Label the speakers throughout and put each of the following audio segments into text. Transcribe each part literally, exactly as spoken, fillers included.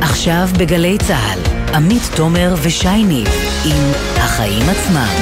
Speaker 1: עכשיו בגלי צהל, עמית תומר ושייני עם החיים עצמם.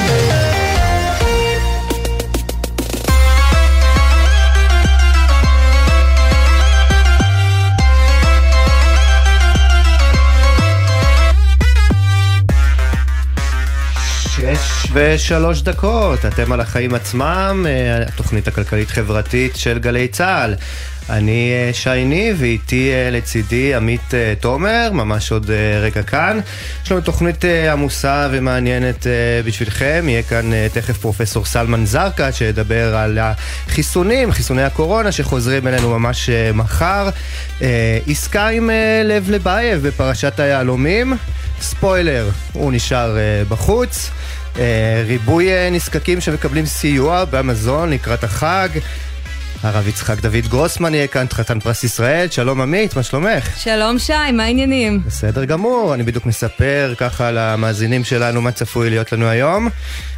Speaker 2: שש ושלוש דקות, אתם על החיים עצמם, התוכנית הכלכלית חברתית של גלי צהל. אני שייני ואיתי לצידי עמית תומר, ממש עוד רגע כאן. יש לנו תוכנית עמוסה ומעניינת בשבילכם. יהיה כאן תכף פרופסור סלמן זרקה שידבר על החיסונים, חיסוני הקורונה שחוזרים אלינו ממש מחר. עסקה עם לב לבייב בפרשת היהלומים. ספוילר, הוא נשאר בחוץ. ריבוי נזקקים שמקבלים סיוע באמזון לקראת החג. הרב יצחק דוד גרוסמן יהיה כאן, חתן פרס ישראל. שלום עמית, מה שלומך?
Speaker 3: שלום שי, מה העניינים?
Speaker 2: בסדר גמור, אני בדיוק מספר ככה למאזינים שלנו מה צפוי להיות לנו היום.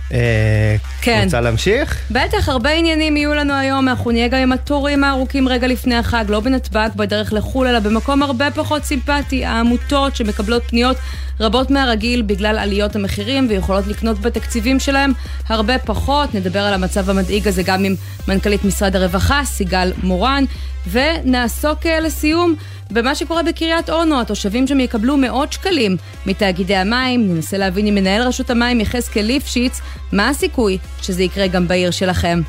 Speaker 2: כן. רוצה להמשיך?
Speaker 3: בטח, הרבה עניינים יהיו לנו היום. אנחנו נהיה גם עם התורים הארוכים רגע לפני החג, לא בנתב"ג בדרך לחול, אלא במקום הרבה פחות סימפטי. העמותות שמקבלות פניות רבות מהרגיל בגלל עליות המחירים ויכולות לקנות בתקציבים שלהם הרבה פחות. נדבר על המצב המדאיג הזה גם עם מנכ"לית משרד הרווחה, סיגל מורן, ונעסוק לסיום במה שקורה בקריית אונו. התושבים שם יקבלו מאות שקלים מתאגידי המים. ננסה להבין עם מנהל רשות המים יחזקאל ליפשיץ מה הסיכוי שזה יקרה גם בעיר שלכם.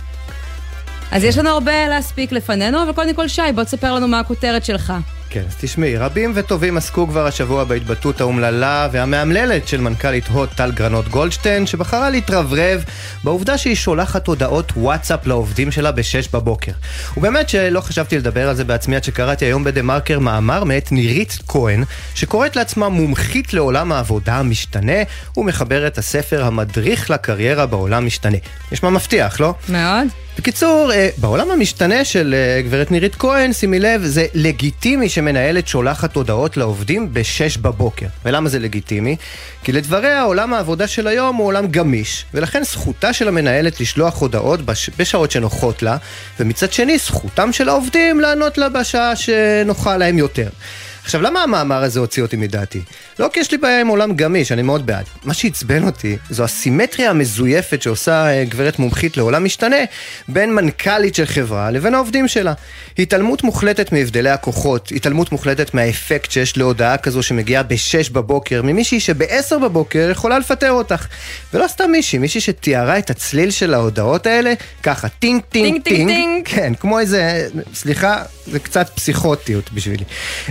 Speaker 3: אז יש לנו הרבה להספיק לפנינו, אבל קודם כל שי, בוא תספר לנו מה הכותרת שלך.
Speaker 2: כן, אז תשמעי, רבים וטובים עסקו כבר השבוע בהתבטאות האומללה והמאמללת של מנכ"לית הוט טל גרנות גולדשטיין, שבחרה להתרברב בעובדה שהיא שולחת הודעות וואטסאפ לעובדים שלה בשש בבוקר. ובאמת שלא חשבתי לדבר על זה בעצמי עד שקראתי היום בדה-מרקר מאמר מאת נירית כהן, שקוראת לעצמה מומחית לעולם העבודה המשתנה, ומחברת הספר המדריך לקריירה בעולם משתנה. נשמע מבטיח, לא?
Speaker 3: מאוד.
Speaker 2: בקיצור, בעולם המשתנה של גברת נירית כהן, שימי לב, זה לגיטימי שמנהלת שולחת הודעות לעובדים בשש בבוקר. ולמה זה לגיטימי? כי לדבריה, עולם העבודה של היום הוא עולם גמיש, ולכן זכותה של המנהלת לשלוח הודעות בש... בשעות שנוחות לה, ומצד שני, זכותם של העובדים לענות לה בשעה שנוחה להם יותר. עכשיו, למה המאמר הזה הוציא אותי מדעתי? לא כי יש לי בעיה עם עולם גמיש, אני מאוד בעד. מה שהצבן אותי זו הסימטריה המזויפת שעושה גברת מומחית לעולם משתנה בין מנכ"לית של חברה לבין העובדים שלה. התעלמות מוחלטת מהבדלי הכוחות, התעלמות מוחלטת מהאפקט שיש להודעה כזו שמגיעה בשש בבוקר, ממישהי שבעשר בבוקר יכולה לפטר אותך. ולא סתם מישהי, מישהי שתיארה את הצליל של ההודעות האלה, ככה, טינג, טינג, טינג, טינג. כן, כמו איזה, סליחה, זה קצת פסיכוטיות בשבילי.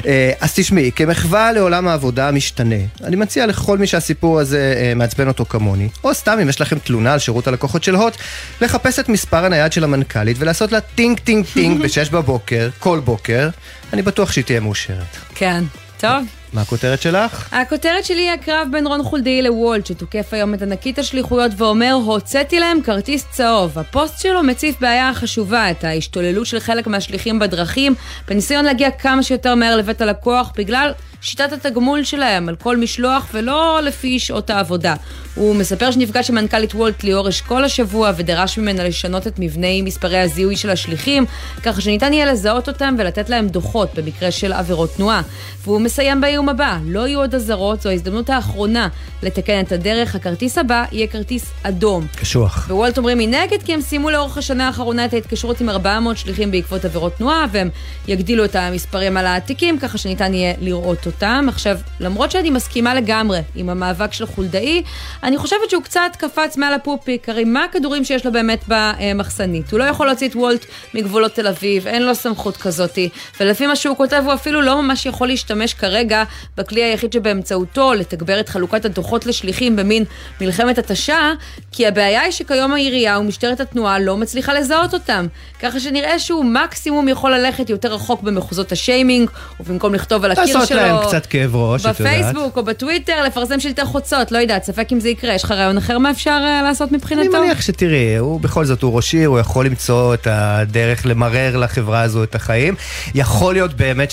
Speaker 2: אז תשמעי, כמחווה לעולם העבודה המשתנה, אני מציע לכל מי שהסיפור הזה מעצבן אותו כמוני, או סתם אם יש לכם תלונה על שירות הלקוחות של הוט, לחפש את מספר הנייד של המנכ"לית ולעשות לה טינג טינג טינג בשש בבוקר, כל בוקר. אני בטוח שהיא תהיה מאושרת.
Speaker 3: כן, טוב.
Speaker 2: מה הכותרת שלך?
Speaker 3: הכותרת שלי היא הקרב בין רון חולדאי לוולט, שתוקף היום את ענקית השליחויות ואומר, הוצאתי להם כרטיס צהוב. הפוסט שלו מציף בעיה חשובה, את ההשתוללות של חלק מהשליחים בדרכים, בניסיון להגיע כמה שיותר מהר לבית הלקוח, בגלל שיטת התגמול שלהם על כל משלוח ולא לפי שעות העבודה. הוא מספר שנפגש עם מנכ"לית וולט ליאור אשכול השבוע ודרש ממנה לשנות את מבני מספרי הזיהוי של השליחים, ככה שניתן יהיה לזהות אותם ולתת להם דוחות במקרה של עבירות תנועה. והוא מסיים באיום הבא, לא יהיו עוד עזרות, זו ההזדמנות האחרונה לתקן את הדרך. הכרטיס הבא יהיה כרטיס אדום. קשוח. ווולט אומרים מנגד כי הם שימו לאורך השנה האחרונה את ההתקשרות עם ארבע מאות שליחים בעקבות עבירות תנועה, והם יגדילו את המספרים על העתיקים, ככה שניתן יהיה לראות אותם. עכשיו, למרות שאני מסכימה לגמרי עם המאבק של חולדאי, אני חושבת שהוא קצת קפץ מעל הפופיק, הרי מה הכדורים שיש לו באמת במחסנית? הוא לא יכול להוציא את וולט מגבולות תל אביב, אין לו סמכות כזאת, ולפי מה שהוא כותב, הוא אפילו לא ממש יכול להשתמש כרגע בכלי היחיד שבאמצעותו לתגבר את חלוקת הדוחות לשליחים במין מלחמת התשה, כי הבעיה היא שכיום העירייה ומשטרת התנועה לא מצליחה לזהות אותם, ככה שנראה שהוא מקסימום יכול ללכת יותר רחוק במחוזות השיימינג, ובמקום לכתוב על הקיר שלו
Speaker 2: קצת כאב ראש,
Speaker 3: בפייסבוק או בטוויטר, לפרסם שלטי חוצות, לא יודעת, ספק אם זה יקרה. יש לך רעיון אחר מה אפשר לעשות מבחינתו?
Speaker 2: אני מניח שתראי, הוא בכל זאת הוא ראש עיר, הוא יכול למצוא את הדרך למרר לחברה הזו את החיים. יכול להיות באמת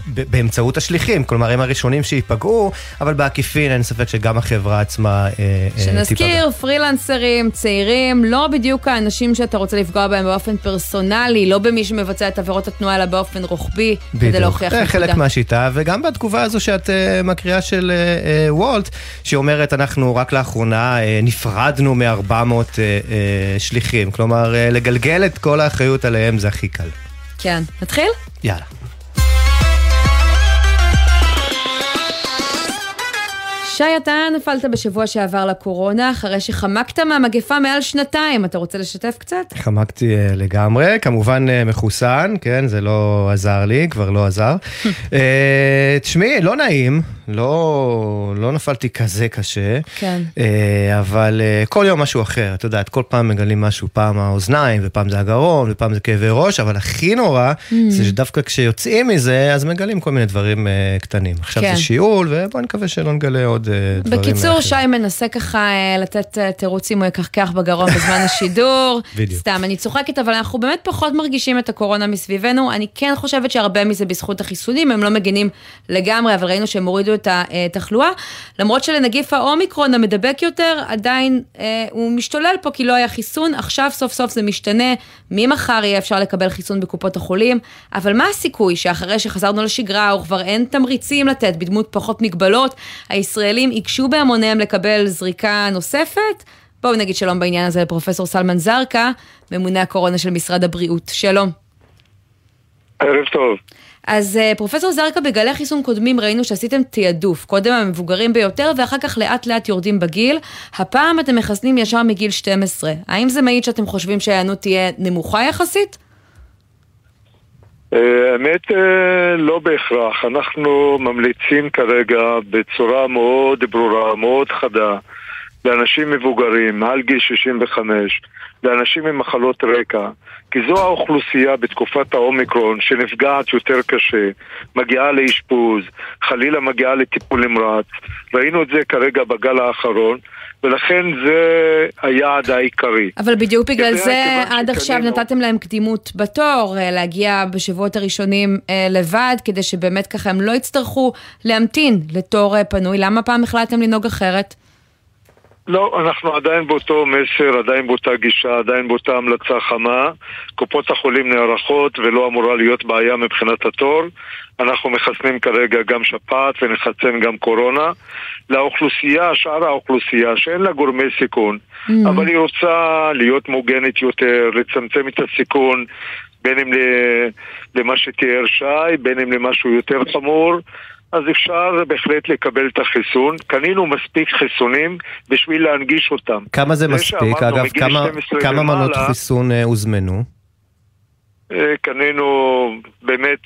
Speaker 2: באמצעות השליחים, כלומר הם הראשונים שיפגעו, אבל בעקיפין אין ספק שגם החברה עצמה תיפגע.
Speaker 3: שנזכיר, פרילנסרים, צעירים, לא בדיוק האנשים שאתה רוצה לפגוע בהם באופן פרסונלי, לא במי שמבצע את עבירות התנועה, אלא באופן רוחבי, כדי להוכיח נקודה.
Speaker 2: חלק מהשיטה, וגם בתגובה הזו שאת מקריאה של וולט, שאומרת אנחנו רק לאחרונה נפרדנו מ-ארבע מאות שליחים, כלומר לגלגל את כל האחריות עליהם זה הכי קל.
Speaker 3: כן, נתחיל?
Speaker 2: יאללה.
Speaker 3: שי, אתה נפלת בשבוע שעבר לקורונה, אחרי שחמקת מהמגפה מעל שנתיים. אתה רוצה לשתף קצת?
Speaker 2: חמקתי לגמרי, כמובן מחוסן, כן, זה לא עזר לי, כבר לא עזר. תשמעי, לא נעים, לא, לא נפלתי כזה קשה,
Speaker 3: כן.
Speaker 2: אבל כל יום משהו אחר, אתה יודעת, כל פעם מגלים משהו, פעם האוזניים, ופעם זה הגרון, ופעם זה כאבי ראש, אבל הכי נורא, זה שדווקא כשיוצאים מזה, אז מגלים כל מיני דברים קטנים. עכשיו זה שיעול, ובוא נקווה שלא נגלה עוד דברים.
Speaker 3: בקיצור, שי מנסה ככה לתת תירוצים, הוא יקחקח בגרון בזמן השידור. סתם, אני צוחקת, אבל אנחנו באמת פחות מרגישים את הקורונה מסביבנו. אני כן חושבת שהרבה מזה בזכות החיסונים, הם לא מגינים לגמרי, אבל ראינו שהם הורידו את התחלואה. למרות שלנגיף האומיקרון המדבק יותר, עדיין אה, הוא משתולל פה כי לא היה חיסון. עכשיו סוף סוף זה משתנה. ממחר יהיה אפשר לקבל חיסון בקופות החולים. אבל מה הסיכוי שאחרי שחזרנו לשגרה, וכבר אין תמריצים לתת בדמות פחות מגבלות, הישראלים יקשו בהמוניהם לקבל זריקה נוספת? בואו נגיד שלום בעניין הזה לפרופסור סלמן זרקה, ממונה הקורונה של משרד הבריאות. שלום.
Speaker 4: ערב טוב.
Speaker 3: אז פרופסור זרקה, בגלי חיסון קודמים ראינו שעשיתם תיעדוף, קודם המבוגרים ביותר ואחר כך לאט לאט יורדים בגיל, הפעם אתם מחסנים ישר מגיל שתים עשרה, האם זה מעיד שאתם חושבים שההיענות תהיה נמוכה יחסית?
Speaker 4: האמת לא בהכרח, אנחנו ממליצים כרגע בצורה מאוד ברורה, מאוד חדה, לאנשים מבוגרים, מעל גיל שישים וחמש, לאנשים עם מחלות רקע, כי זו האוכלוסייה בתקופת האומיקרון שנפגעת יותר קשה, מגיעה לאשפוז, חלילה מגיעה לטיפול נמרץ. ראינו את זה כרגע בגל האחרון, ולכן זה היעד העיקרי.
Speaker 3: אבל בדיוק בגלל זה עד עכשיו נתתם להם קדימות בתור, להגיע בשבועות הראשונים לבד, כדי שבאמת ככה הם לא יצטרכו להמתין לתור פנוי. למה פעם החלטתם לנהוג אחרת?
Speaker 4: לא, אנחנו עדיין באותו מסר, עדיין באותה גישה, עדיין באותה המלצה חמה. קופות החולים נערכות ולא אמורה להיות בעיה מבחינת התור. אנחנו מחסנים כרגע גם שפעת ונחסן גם קורונה. לאוכלוסייה, שאר האוכלוסייה, שאין לה גורמי סיכון, mm. אבל היא רוצה להיות מוגנת יותר, לצמצם את הסיכון, בין אם למה שתיאר שי, בין אם למשהו יותר חמור, אז אפשר בהחלט לקבל את החיסון. קנינו מספיק חיסונים בשביל להנגיש אותם.
Speaker 2: כמה זה מספיק? אגב, כמה, כמה מנות חיסון הוזמנו?
Speaker 4: קנינו באמת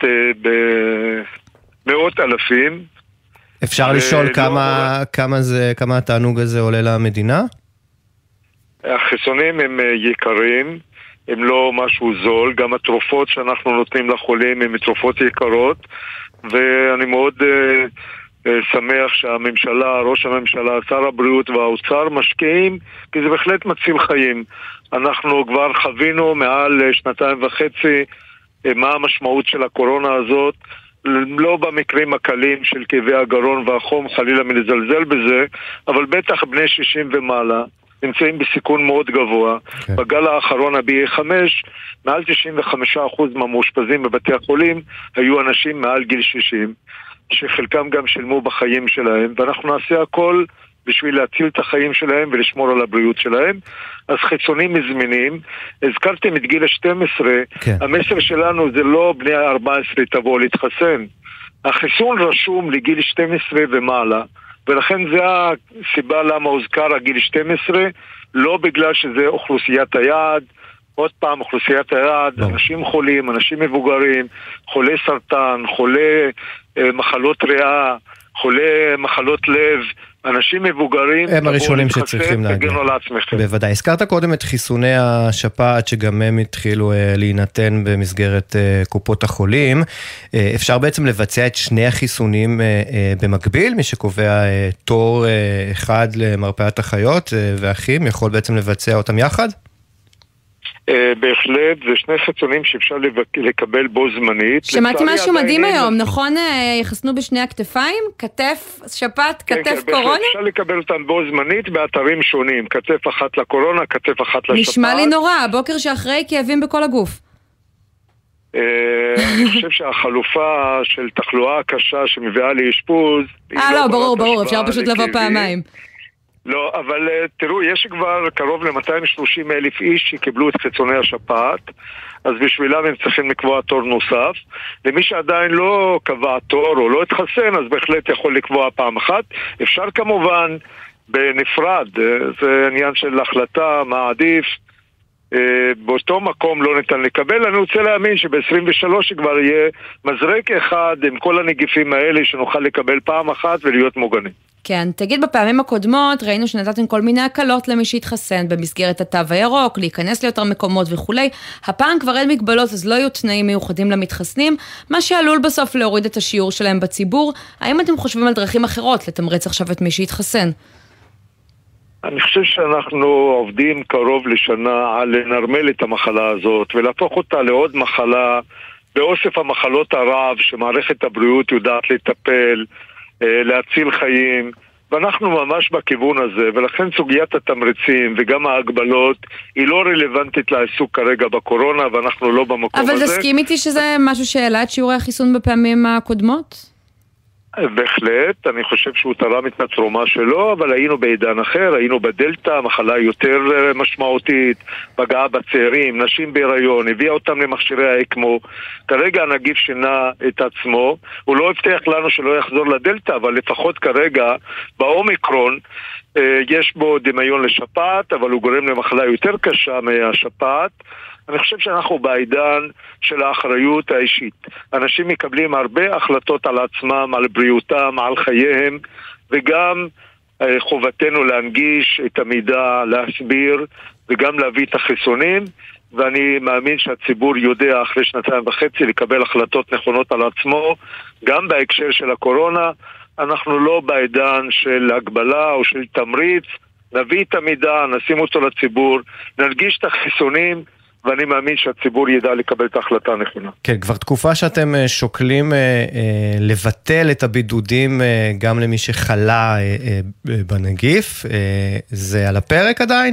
Speaker 4: במאות אלפים.
Speaker 2: אפשר לשאול כמה, כמה זה, כמה התענוג הזה עולה למדינה?
Speaker 4: החיסונים הם יקרים, הם לא משהו זול. גם התרופות שאנחנו נותנים לחולים הם תרופות יקרות. ואני מאוד uh, uh, שמח שהממשלה, ראש הממשלה, שר הבריאות והאוצר משקיעים, כי זה בהחלט מציל חיים. אנחנו כבר חווינו מעל שנתיים וחצי uh, מה המשמעות של הקורונה הזאת, לא במקרים הקלים של כאבי הגרון והחום, חלילה מלזלזל בזה, אבל בטח בני שישים ומעלה נמצאים בסיכון מאוד גבוה. Okay. בגל האחרון ה-בי איי חמש, מעל תשעים וחמישה אחוז מהמאושפזים בבתי החולים היו אנשים מעל גיל שישים, שחלקם גם שילמו בחיים שלהם, ואנחנו נעשה הכל בשביל להציל את החיים שלהם ולשמור על הבריאות שלהם. אז חיסונים מזמינים. הזכרתם את גיל ה-שתים עשרה, okay. המסר שלנו זה לא בני ה-ארבע עשרה תבוא להתחסן. החיסון רשום לגיל שתים עשרה ומעלה, ולכן זה הסיבה למה הוזכר הגיל שתים עשרה, לא בגלל שזה אוכלוסיית היעד. עוד פעם, אוכלוסיית היעד, לא. אנשים חולים, אנשים מבוגרים, חולי סרטן, חולי אה, מחלות ריאה, חולי מחלות לב, אנשים מבוגרים,
Speaker 2: הם הראשונים שצריכים להגיע. בוודאי. הזכרת קודם את חיסוני השפעת, שגם הם התחילו להינתן במסגרת קופות החולים. אפשר בעצם לבצע את שני החיסונים במקביל, מי שקובע תור אחד למרפאת החיות ואחים, יכול בעצם לבצע אותם יחד?
Speaker 4: בהחלט, זה שני חיסונים שאפשר לקבל בו זמנית.
Speaker 3: שמעתי משהו מדהים היום, נכון? יחסנו בשני הכתפיים? כתף שפעת, כתף קורונה?
Speaker 4: אפשר לקבל אותם בו זמנית באתרים שונים, כתף אחת לקורונה, כתף אחת לשפעת.
Speaker 3: נשמע לי נורא, הבוקר שאחרי כאבים בכל הגוף.
Speaker 4: אני חושב שהחלופה של תחלואה קשה שמביאה לאשפוז...
Speaker 3: אה לא, ברור, ברור, אפשר פשוט לבוא פעמיים.
Speaker 4: לא, אבל תראו, יש כבר קרוב ל-מאתיים ושלושים אלף איש שקיבלו את חיסוני השפעת, אז בשבילם הם צריכים לקבוע תור נוסף. למי שעדיין לא קבע תור או לא התחסן, אז בהחלט יכול לקבוע פעם אחת. אפשר כמובן בנפרד, זה עניין של החלטה, מה עדיף. באותו מקום לא ניתן לקבל. אני רוצה להאמין שב-עשרים ושלוש כבר יהיה מזרק אחד עם כל הנגיפים האלה שנוכל לקבל פעם אחת ולהיות מוגנים.
Speaker 3: כן, תגיד, בפעמים הקודמות ראינו שנתתם כל מיני הקלות למי שהתחסן במסגרת התו הירוק, להיכנס ליותר מקומות וכולי. הפעם כבר אין מגבלות, אז לא יהיו תנאים מיוחדים למתחסנים, מה שעלול בסוף להוריד את השיעור שלהם בציבור. האם אתם חושבים על דרכים אחרות לתמרץ עכשיו את מי שהתחסן?
Speaker 4: אני חושב שאנחנו עובדים קרוב לשנה על לנרמל את המחלה הזאת ולהפוך אותה לעוד מחלה באוסף המחלות הרב שמערכת הבריאות יודעת לטפל, להציל חיים, ואנחנו ממש בכיוון הזה, ולכן סוגיית התמריצים וגם ההגבלות היא לא רלוונטית לעיסוק כרגע בקורונה, ואנחנו לא במקום
Speaker 3: אבל
Speaker 4: הזה.
Speaker 3: אבל תסכים איתי שזה משהו שהעלה את שיעורי החיסון בפעמים הקודמות?
Speaker 4: בהחלט, אני חושב שהוא תרם את התרומה שלו, אבל היינו בעידן אחר, היינו בדלטה, מחלה יותר משמעותית, פגעה בצעירים, נשים בהיריון, הביאה אותם למכשירי האקמו. כרגע הנגיף שינה את עצמו, הוא לא הבטיח לנו שלא יחזור לדלטה, אבל לפחות כרגע, באומיקרון, יש בו דמיון לשפעת, אבל הוא גורם למחלה יותר קשה מהשפעת. אני חושב שאנחנו בעידן של האחריות האישית. אנשים מקבלים הרבה החלטות על עצמם, על בריאותם, על חייהם, וגם חובתנו להנגיש את המידע, להסביר, וגם להביא את החיסונים, ואני מאמין שהציבור יודע אחרי שנתיים וחצי לקבל החלטות נכונות על עצמו, גם בהקשר של הקורונה. אנחנו לא בעידן של הגבלה או של תמריץ, נביא את המידע, נשים אותו לציבור, ננגיש את החיסונים, ואני מאמין שהציבור ידע לקבל את ההחלטה הנכונה.
Speaker 2: כן, כבר תקופה שאתם שוקלים אה, אה, לבטל את הבידודים אה, גם למי שחלה אה, אה, בנגיף, אה, זה על הפרק עדיין?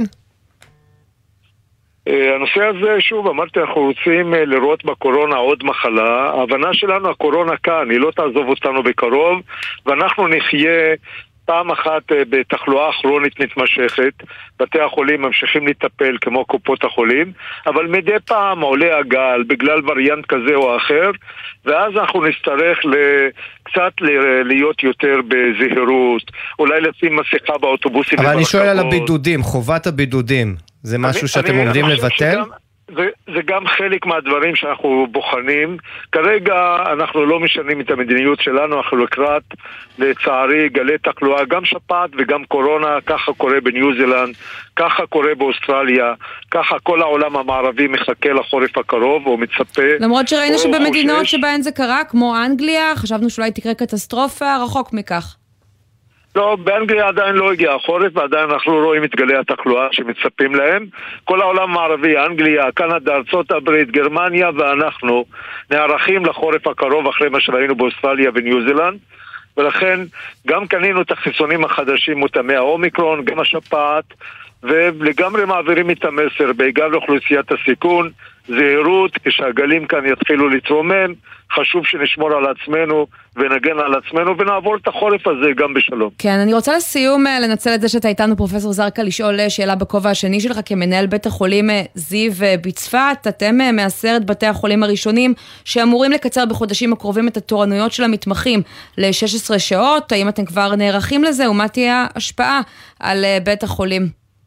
Speaker 4: אה, הנושא הזה, שוב, אמרתי, אנחנו רוצים אה, לראות בקורונה עוד מחלה. ההבנה שלנו, הקורונה כאן, היא לא תעזוב אותנו בקרוב, ואנחנו נחיה פעם אחת בתחלואה כרונית מתמשכת, בתי החולים ממשיכים לטפל כמו קופות החולים, אבל מדי פעם עולה הגל בגלל וריאנט כזה או אחר, ואז אנחנו נצטרך קצת להיות יותר בזהירות, אולי לשים מסכה באוטובוסים.
Speaker 2: אבל אני שואל על הבידודים, חובת הבידודים, זה משהו שאתם עומדים לבטל?
Speaker 4: זה, זה גם חלק מהדברים שאנחנו בוחנים. כרגע אנחנו לא משנים את המדיניות שלנו, אנחנו לקראת, לצערי, גלי תחלואה, גם שפעת וגם קורונה, ככה קורה בניו זילנד, ככה קורה באוסטרליה, ככה כל העולם המערבי מחכה לחורף הקרוב, או מצפה.
Speaker 3: למרות שראינו שבמדינות חושש... שבהן זה קרה, כמו אנגליה, חשבנו שאולי תקרה קטסטרופה, רחוק מכך.
Speaker 4: לא, באנגליה עדיין לא הגיע החורף, ועדיין אנחנו רואים את גלי התחלואה שמצפים להם. כל העולם המערבי, אנגליה, קנדה, ארצות הברית, גרמניה, ואנחנו נערכים לחורף הקרוב אחרי מה שראינו באוסטרליה וניו זילנד, ולכן גם קנינו את החיסונים החדשים מותאמי האומיקרון, גם השפעת, ולגמרי מעבירים את המסר בעיקר לאוכלוסיית הסיכון, זהירות, כשהגלים כאן יתחילו להתרומם, חשוב שנשמור על עצמנו ונגן על עצמנו ונעבור את החורף הזה גם בשלום.
Speaker 3: כן, אני רוצה לסיום לנצל את זה שאתה איתנו פרופסור זרקא לשאול שאלה בכובע השני שלך כמנהל בית החולים זיו בצפת. אתם מעשרת בתי החולים הראשונים שאמורים לקצר בחודשים הקרובים את התורנויות של המתמחים ל-שש עשרה שעות. האם אתם כבר נערכים לזה ומה תהיה ההשפעה על בית החולים?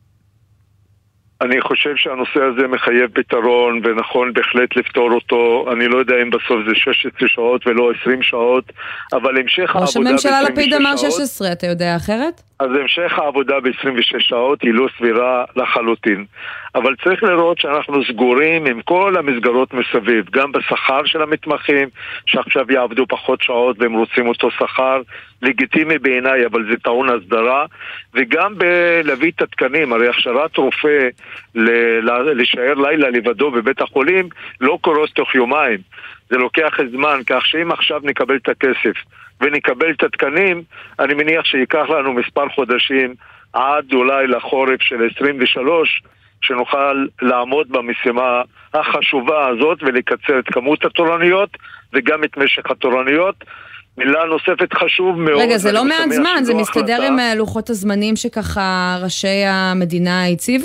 Speaker 4: אני חושב שהנושא הזה מחייב פתרון ונכון בהחלט לפתור אותו. אני לא יודע אם בסוף זה שש עשרה שעות ולא עשרים שעות, אבל המשך העבודה
Speaker 3: ראש הממשלה לפיד אמר שש עשרה, אתה יודע אחרת?
Speaker 4: אז המשך העבודה ב-עשרים ושש שעות היא לא סבירה לחלוטין. אבל צריך לראות שאנחנו סגורים עם כל המסגרות מסביב, גם בשכר של המתמחים, שעכשיו יעבדו פחות שעות והם רוצים אותו שכר, לגיטימי בעיניי, אבל זה טעון הסדרה, וגם בלהביא את התקנים, הרי הכשרת רופא להישאר לילה לבדו בבית החולים, לא קורס תוך יומיים, זה לוקח זמן, כך שאם עכשיו נקבל את הכסף, ונקבל את התקנים, אני מניח שיקח לנו מספר חודשים עד אולי לחורף של עשרים ושלוש, שנוכל לעמוד במשימה החשובה הזאת ולקצר את כמות התורניות וגם את משך התורניות. מילה נוספת חשוב מאוד.
Speaker 3: רגע, זה לא מעט זמן, זה מסתדר החלטה. עם לוחות הזמנים שככה ראשי המדינה הציבו?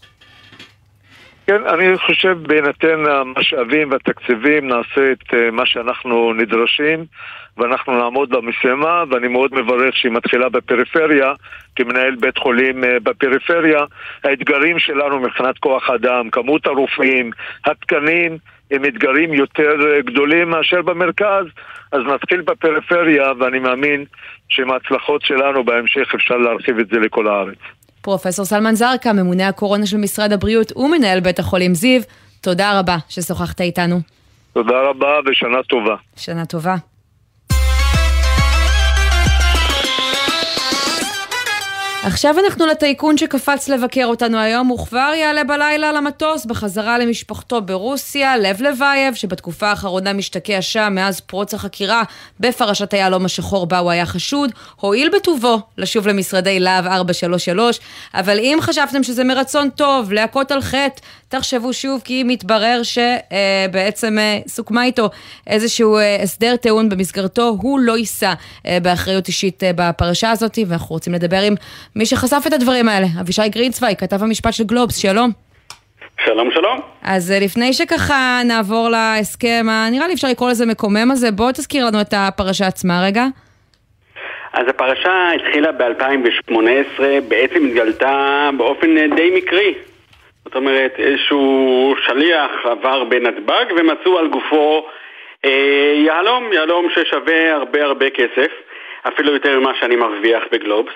Speaker 4: כן, אני חושב בהינתן המשאבים והתקציבים נעשה את מה שאנחנו נדרשים ואנחנו נעמוד במשימה, ואני מאוד מברך שהיא מתחילה בפריפריה, כמנהל בית חולים בפריפריה. האתגרים שלנו מבחינת כוח אדם, כמות הרופאים, התקנים, הם אתגרים יותר גדולים מאשר במרכז, אז נתחיל בפריפריה, ואני מאמין שעם ההצלחות שלנו בהמשך אפשר להרחיב את זה לכל הארץ.
Speaker 3: פרופסור סלמן זרקא, ממונה הקורונה של משרד הבריאות ומנהל בית החולים זיו, תודה רבה ששוחחת איתנו.
Speaker 4: תודה רבה ושנה טובה.
Speaker 3: שנה טובה. עכשיו אנחנו לטייקון שקפץ לבקר אותנו היום, הוא כבר יעלה בלילה למטוס בחזרה למשפחתו ברוסיה. לב לבייב, שבתקופה האחרונה משתקע שם מאז פרוץ החקירה בפרשת היהלום השחור בה הוא היה חשוד, הועיל בטובו לשוב למשרדי להב ארבע שלוש שלוש, אבל אם חשבתם שזה מרצון טוב להכות על חטא, תחשבו שוב, כי מתברר שבעצם סוכמה איתו איזשהו הסדר טיעון במסגרתו, הוא לא יישא באחריות אישית בפרשה הזאת, ואנחנו רוצים לדבר עם מי שחשף את הדברים האלה, אבישי גרינצווי, כתב המשפט של גלובס, שלום.
Speaker 5: שלום, שלום.
Speaker 3: אז לפני שככה נעבור להסכם, נראה לי אפשר לקרוא לזה מקומם הזה, בוא תזכיר לנו את הפרשה עצמה רגע.
Speaker 5: אז הפרשה התחילה ב-אלפיים שמונה עשרה, בעצם התגלתה באופן די מקרי. זאת אומרת, איזשהו שליח עבר בנתב"ג ומצאו על גופו אה, יהלום, יהלום ששווה הרבה הרבה כסף, אפילו יותר ממה שאני מרוויח בגלובס.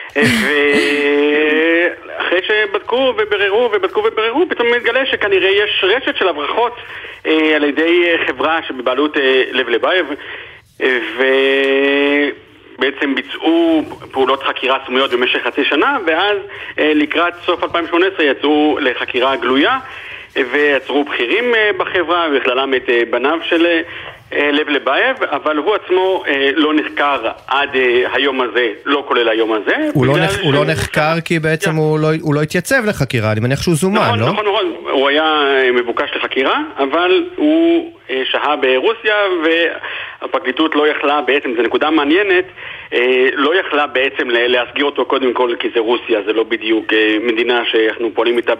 Speaker 5: ואחרי שבדקו ובררו ובדקו ובררו, פתאום מתגלה שכנראה יש רשת של הברחות אה, על ידי חברה שבבעלות אה, לב לבייב, ו... בעצם ביצעו פעולות חקירה סמויות במשך חצי שנה, ואז לקראת סוף אלפיים שמונה עשרה יצאו לחקירה גלויה, ויצרו בכירים בחברה, ובכללם את בניו של לב לבייב, אבל הוא עצמו לא נחקר עד היום הזה, לא כולל היום הזה.
Speaker 2: הוא לא, נח, הוא לא נחקר כי בעצם הוא לא, הוא לא התייצב לחקירה, אני מניח שהוא זומן,
Speaker 5: נכון,
Speaker 2: לא?
Speaker 5: נכון, נכון, הוא היה מבוקש לחקירה, אבל הוא שהה ברוסיה, והפרקליטות לא יכלה, בעצם זו נקודה מעניינת, לא יכלה בעצם להסגיר אותו קודם כל, כי זה רוסיה, זה לא בדיוק מדינה שאנחנו פועלים איתה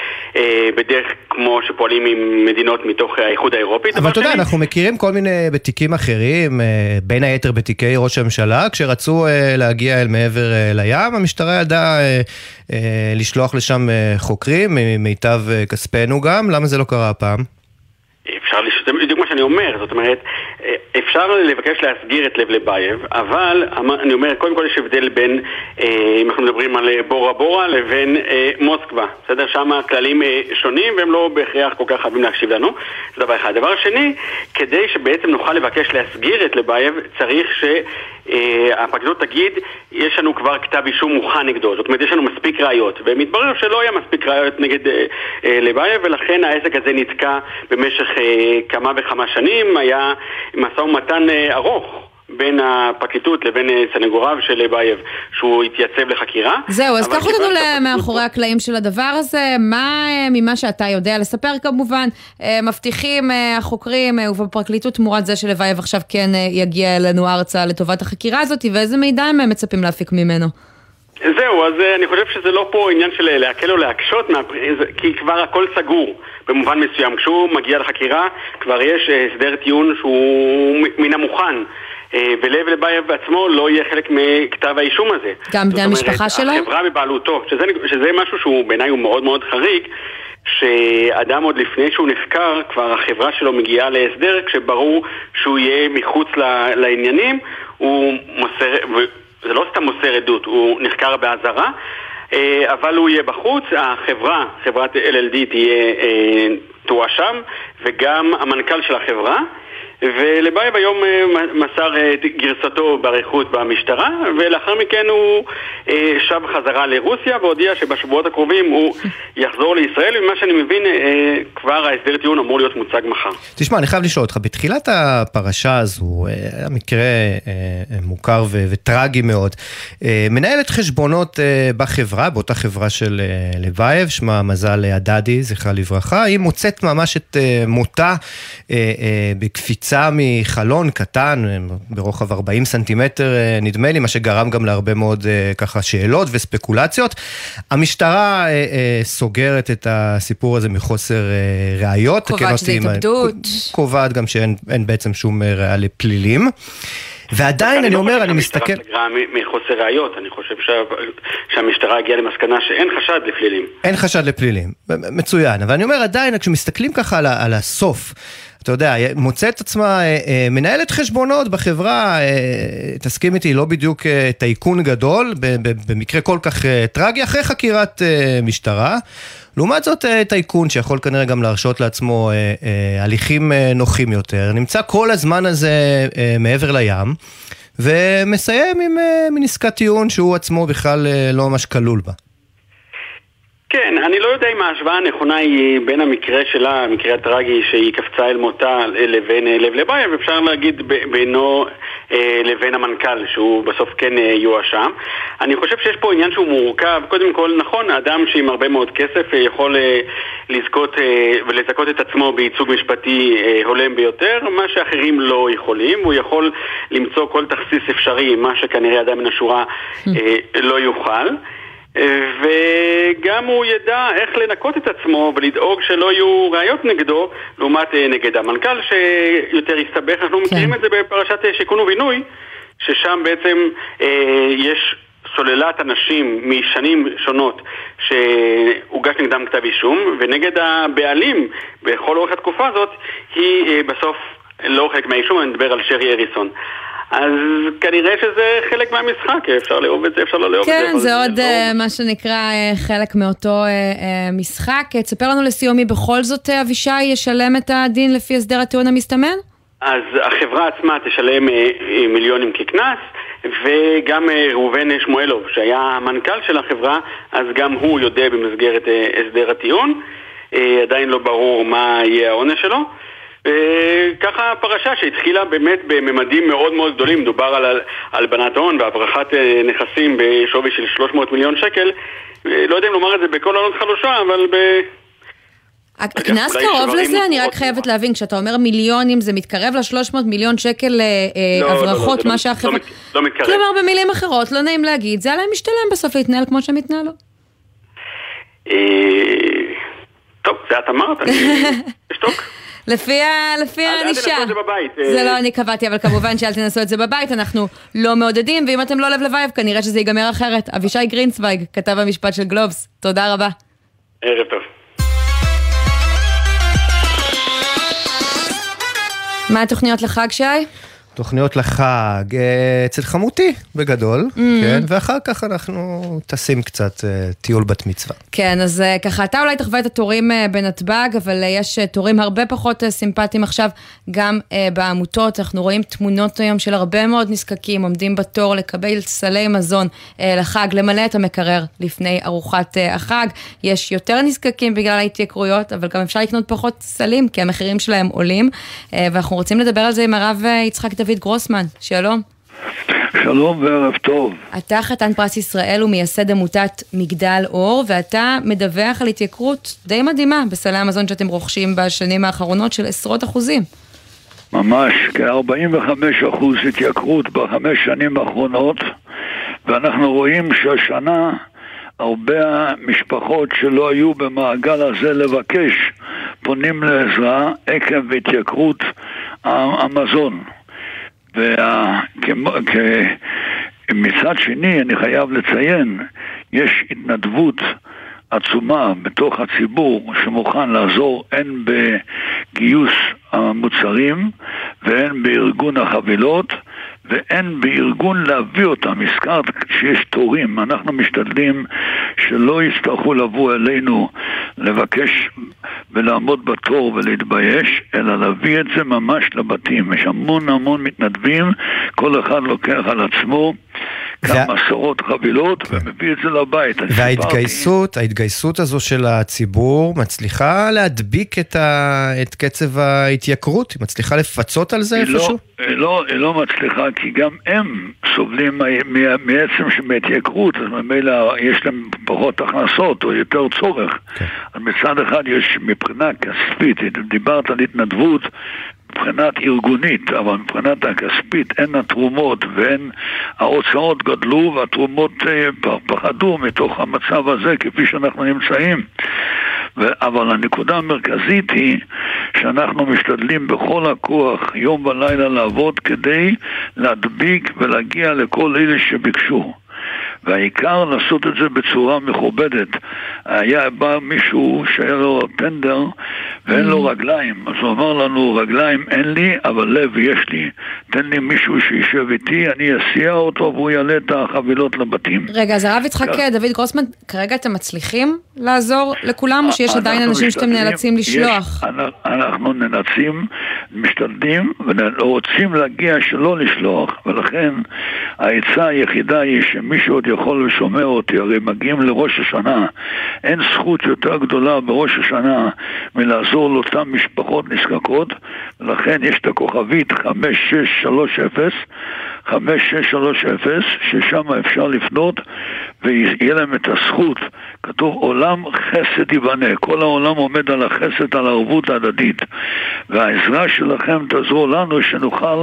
Speaker 5: בדרך כמו שפועלים עם מדינות מתוך האיחוד האירופית.
Speaker 2: אבל אתה יודע, אנחנו מכירים כל מיני בתיקים אחרים, בין היתר בתיקי ראש הממשלה, כשרצו להגיע אל מעבר לים, המשטרה ידעה לשלוח לשם חוקרים, מיטב כספנו גם, למה זה לא קרה הפעם?
Speaker 5: אפשר, זה בדיוק מה שאני אומר, זאת אומרת, אפשר לבקש להסגיר את לב לבייב, אבל אני אומר, קודם כל יש הבדל בין, אם אנחנו מדברים על בורה בורה, לבין מוסקבה, בסדר? שם הכללים שונים, והם לא בהכרח כל כך חייבים להקשיב לנו, זה דבר אחד. דבר שני, כדי שבעצם נוכל לבקש להסגיר את לבייב, צריך שהפרקליטות תגיד, יש לנו כבר כתב אישום מוכן נגדו, זאת אומרת, יש לנו מספיק ראיות, ומתברר שלא היה מספיק ראיות נגד לבייב, ולכן העסק הזה נתקע במשך כמה וכמה שנים, היה משא ומתן ארוך בין הפרקליטות לבין סנגוריו של לבייב, שהוא התייצב לחקירה.
Speaker 3: זהו, אז קח אותנו מאחורי הקלעים של הדבר הזה, מה ממה שאתה יודע לספר כמובן, מבטיחים החוקרים ובפרקליטות תמורת זה שלבייב עכשיו כן יגיע אלינו ארצה לטובת החקירה הזאת, ואיזה מידע הם מצפים להפיק ממנו?
Speaker 5: זהו, אז אני חושב שזה לא פה עניין של להקל או להקשות, כי כבר הכל סגור במובן מסוים. כשהוא מגיע לחקירה, כבר יש הסדר טיעון שהוא מן המוכן, ולב לבייב בעצמו לא יהיה חלק מכתב האישום הזה.
Speaker 3: גם בני המשפחה שלו?
Speaker 5: החברה בבעלותו, שזה, שזה משהו שהוא בעיניי הוא מאוד מאוד חריג, שאדם עוד לפני שהוא נחקר, כבר החברה שלו מגיעה להסדר, כשברור שהוא יהיה מחוץ לעניינים, הוא מוסר... זה לא סתם מוסר עדות, הוא נחקר באזהרה, אבל הוא יהיה בחוץ, החברה, חברת אל אל די תהיה תואשם, וגם המנכ"ל של החברה, ולבייב היום מסר את גרסתו בעריכות במשטרה, ולאחר מכן הוא שב חזרה לרוסיה והודיע שבשבועות הקרובים הוא יחזור לישראל, ומה שאני מבין כבר ההסדר טיעון אמור להיות מוצג מחר.
Speaker 2: תשמע, אני חייב לשאול אותך, בתחילת הפרשה הזו, המקרה מוכר וטרגי מאוד, מנהלת חשבונות בחברה, באותה חברה של לבייב, שמה מזל הדדי, זכרה לברכה, היא מוצאת ממש את מותה בקפיצה מחלון קטן, ברוחב ארבעים סנטימטר נדמה לי, מה שגרם גם להרבה מאוד ככה שאלות וספקולציות. המשטרה סוגרת את הסיפור הזה מחוסר ראיות.
Speaker 3: קובעת שזה התאבדות.
Speaker 2: קובעת גם שאין בעצם שום ראיה לפלילים. ועדיין אני אומר, אני מסתכל...
Speaker 5: מחוסר ראיות, אני חושב שהמשטרה הגיעה למסקנה שאין חשד לפלילים.
Speaker 2: אין חשד לפלילים, מצוין. אבל אני אומר, עדיין, כשמסתכלים ככה על הסוף, אתה יודע, מוצאת עצמה מנהלת חשבונות בחברה, תסכים איתי, לא בדיוק טייקון גדול, במקרה כל כך טרגי, אחרי חקירת משטרה. לעומת זאת טייקון שיכול כנראה גם להרשות לעצמו הליכים נוחים יותר, נמצא כל הזמן הזה מעבר לים, ומסיים עם מין עסקת טיעון שהוא עצמו בכלל לא ממש כלול בה.
Speaker 5: כן, אני לא יודע אם ההשוואה הנכונה היא בין המקרה שלה, המקרה הטרגי שהיא קפצה אל מותה לבין לב לבייב, אפשר להגיד בינו לבין המנכ"ל שהוא בסוף כן יואשם. אני חושב שיש פה עניין שהוא מורכב. קודם כל, נכון, האדם שעם הרבה מאוד כסף יכול לזכות ולזכות את עצמו בייצוג משפטי הולם ביותר, מה שאחרים לא יכולים. הוא יכול למצוא כל תכסיס אפשרי, מה שכנראה אדם מן השורה לא יוכל. וגם הוא ידע איך לנקות את עצמו ולדאוג שלא יהיו ראיות נגדו, לעומת נגד המנכ"ל שיותר יסתבך. אנחנו מכירים את זה בפרשת שיכון ובינוי, ששם בעצם אה, יש סוללת אנשים משנים שונות שהוגש נגדם כתב אישום, ונגד הבעלים בכל אורך התקופה הזאת היא אה, בסוף לא חלק מהאישום, אני מדבר על שרי אריסון. אז כנראה שזה חלק מהמשחק, אפשר לאהוב את זה, אפשר לא לאהוב את זה.
Speaker 3: כן, זה עוד מה שנקרא חלק מאותו משחק. תספר לנו לסיומי, בכל זאת אבישי ישלם את הדין לפי הסדר הטיעון המסתמן?
Speaker 5: אז החברה עצמה תשלם מיליונים כקנס, וגם ראובן שמואלוב, שהיה המנכ"ל של החברה, אז גם הוא יודע במסגרת הסדר הטיעון. עדיין לא ברור מה יהיה העונש שלו. ככה הפרשה שהתחילה באמת בממדים מאוד מאוד גדולים, מדובר על הלבנת הון והברחת נכסים בשווי של שלוש מאות מיליון שקל. לא יודע אם לומר את זה בכל עונות חלושה, אבל ב...
Speaker 3: הכנס קרוב לזה? אני רק חייבת להבין, כשאתה אומר מיליונים, זה מתקרב ל-שלוש מאות מיליון שקל הברחות, מה שהחברה...
Speaker 5: לא מתקרב.
Speaker 3: כלומר, במילים אחרות, לא נעים להגיד, זה עליהם משתלם בסוף להתנהל כמו שהם התנהלו.
Speaker 5: טוב, זה את אמרת, אני אשתוק.
Speaker 3: לפי האנישה.
Speaker 5: אל תנסו את זה בבית.
Speaker 3: זה לא אני קבעתי, אבל כמובן שאל תנסו את זה בבית, אנחנו לא מעודדים, ואם אתם לא לב לבייב, כנראה שזה ייגמר אחרת. אבישי גרינצוויג, כתב המשפט של גלובס, תודה רבה.
Speaker 5: ערב טוב.
Speaker 3: מה התוכניות לחג, שי?
Speaker 2: תוכניות לחג, אצל חמותי בגדול, כן, ואחר כך אנחנו טסים קצת טיול בת מצווה.
Speaker 3: כן, אז ככה, אתה אולי תחווה את התורים בנתב"ג, אבל יש תורים הרבה פחות סימפטיים עכשיו, גם בעמותות. אנחנו רואים תמונות היום של הרבה מאוד נזקקים, עומדים בתור לקבל סלי מזון לחג, למלא את המקרר לפני ארוחת החג. יש יותר נזקקים בגלל ההתייקרויות, אבל גם אפשר לקנות פחות סלים, כי המחירים שלהם עולים, ואנחנו רוצים לדבר על זה עם הרב יצחק דוד גרוסמן. שלום.
Speaker 6: שלום וערב טוב.
Speaker 3: אתה חתן פרס ישראל ומייסד עמותת מגדל אור, ואתה מדווח על התייקרות די מדהימה בסלי המזון שאתם רוכשים בשנים האחרונות של עשרות אחוזים.
Speaker 6: ממש, כ-ארבעים וחמישה אחוז התייקרות בחמש שנים האחרונות, ואנחנו רואים שהשנה הרבה משפחות שלא היו במעגל הזה לבקש פונים לעזרה עקב התייקרות המזון. ומצד שני אני חייב לציין, יש התנדבות עצומה בתוך הציבור שמוכן לעזור הן בגיוס המוצרים והן בארגון החבילות, ואין בארגון להביא אותם. הזכרת שיש תורים, אנחנו משתדלים שלא יצטרכו לבוא אלינו לבקש ולעמוד בתור ולהתבייש, אלא להביא את זה ממש לבתים. יש המון המון מתנדבים, כל אחד לוקח על עצמו כמה עשרות חבילות ומביא את זה לבית.
Speaker 2: וההתגייסות, ההתגייסות הזו של הציבור מצליחה להדביק את, ה... את קצב ההתייקרות? היא מצליחה לפצות על זה איפשהו?
Speaker 6: לא, לא, לא מצליחה, כי גם הם סובלים מעצם שמהתייקרות, אז ממילא יש להם פחות הכנסות או יותר צורך. Okay. אז מצד אחד יש מבחינה כספית, דיברת על התנדבות, מבחינת ארגונית, אבל מבחינת הכספית אין התרומות ואין, ההוצאות גדלו והתרומות פחדו מתוך המצב הזה כפי שאנחנו נמצאים. אבל הנקודה המרכזית היא שאנחנו משתדלים בכל הכוח יום ולילה לעבוד כדי להדביק ולהגיע לכל אלה שביקשו. והעיקר לעשות את זה בצורה מכובדת. היה בא מישהו שהיה לו טנדר ואין לו רגליים, אז הוא אמר לנו, רגליים אין לי, אבל לב יש לי. תן לי מישהו שישב איתי, אני אסיע אותו והוא יעלה את החבילות לבתים.
Speaker 3: רגע, אז הרב יצחק דוד גרוסמן, כרגע אתם מצליחים לעזור לכולם, או שיש עדיין אנשים שאתם נאלצים לשלוח?
Speaker 6: אנחנו נאלצים, משתדלים, ורוצים להגיע שלא לשלוח, ולכן העצה היחידה היא שמישהו עוד יכול לשומע אותי, הרי מגיעים לראש השנה, אין זכות יותר גדולה בראש השנה מלעזור לאותן משפחות נזקקות, ולכן יש את הכוכבית חמש שש שלוש אפס, חמש שש שלוש אפס, ששם אפשר לפנות ויהיה להם את הזכות. כתוב עולם חסד יבנה, כל העולם עומד על החסד, על הערבות ההדדית, והעזרה שלכם תעזור לנו שנוכל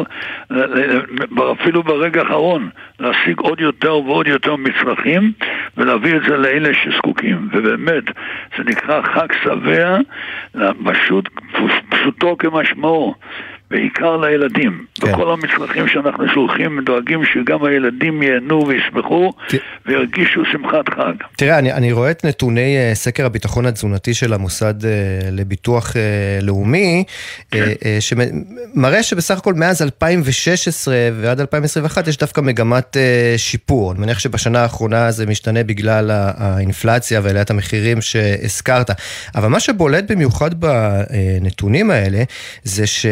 Speaker 6: אפילו ברגע האחרון להשיג עוד יותר ועוד יותר מצרכים ולהביא את זה לאלה שזקוקים. ובאמת זה נקרא חג שבע, פשוט, פשוטו כמשמעו, בעיקר לילדים. כן. בכל המצרכים שאנחנו שולחים דואגים שגם הילדים ייהנו וישמחו ת... וירגישו שמחת חג.
Speaker 2: תראה, אני, אני רואה את נתוני uh, סקר הביטחון התזונתי של המוסד uh, לביטוח uh, לאומי, כן. uh, uh, שמראה שבסך הכל מאז אלפיים ושש עשרה ועד אלפיים עשרים ואחת יש דווקא מגמת uh, שיפור. אני מניח שבשנה האחרונה זה משתנה בגלל האינפלציה ועליית המחירים שהזכרת. אבל מה שבולט במיוחד בנתונים האלה זה ש...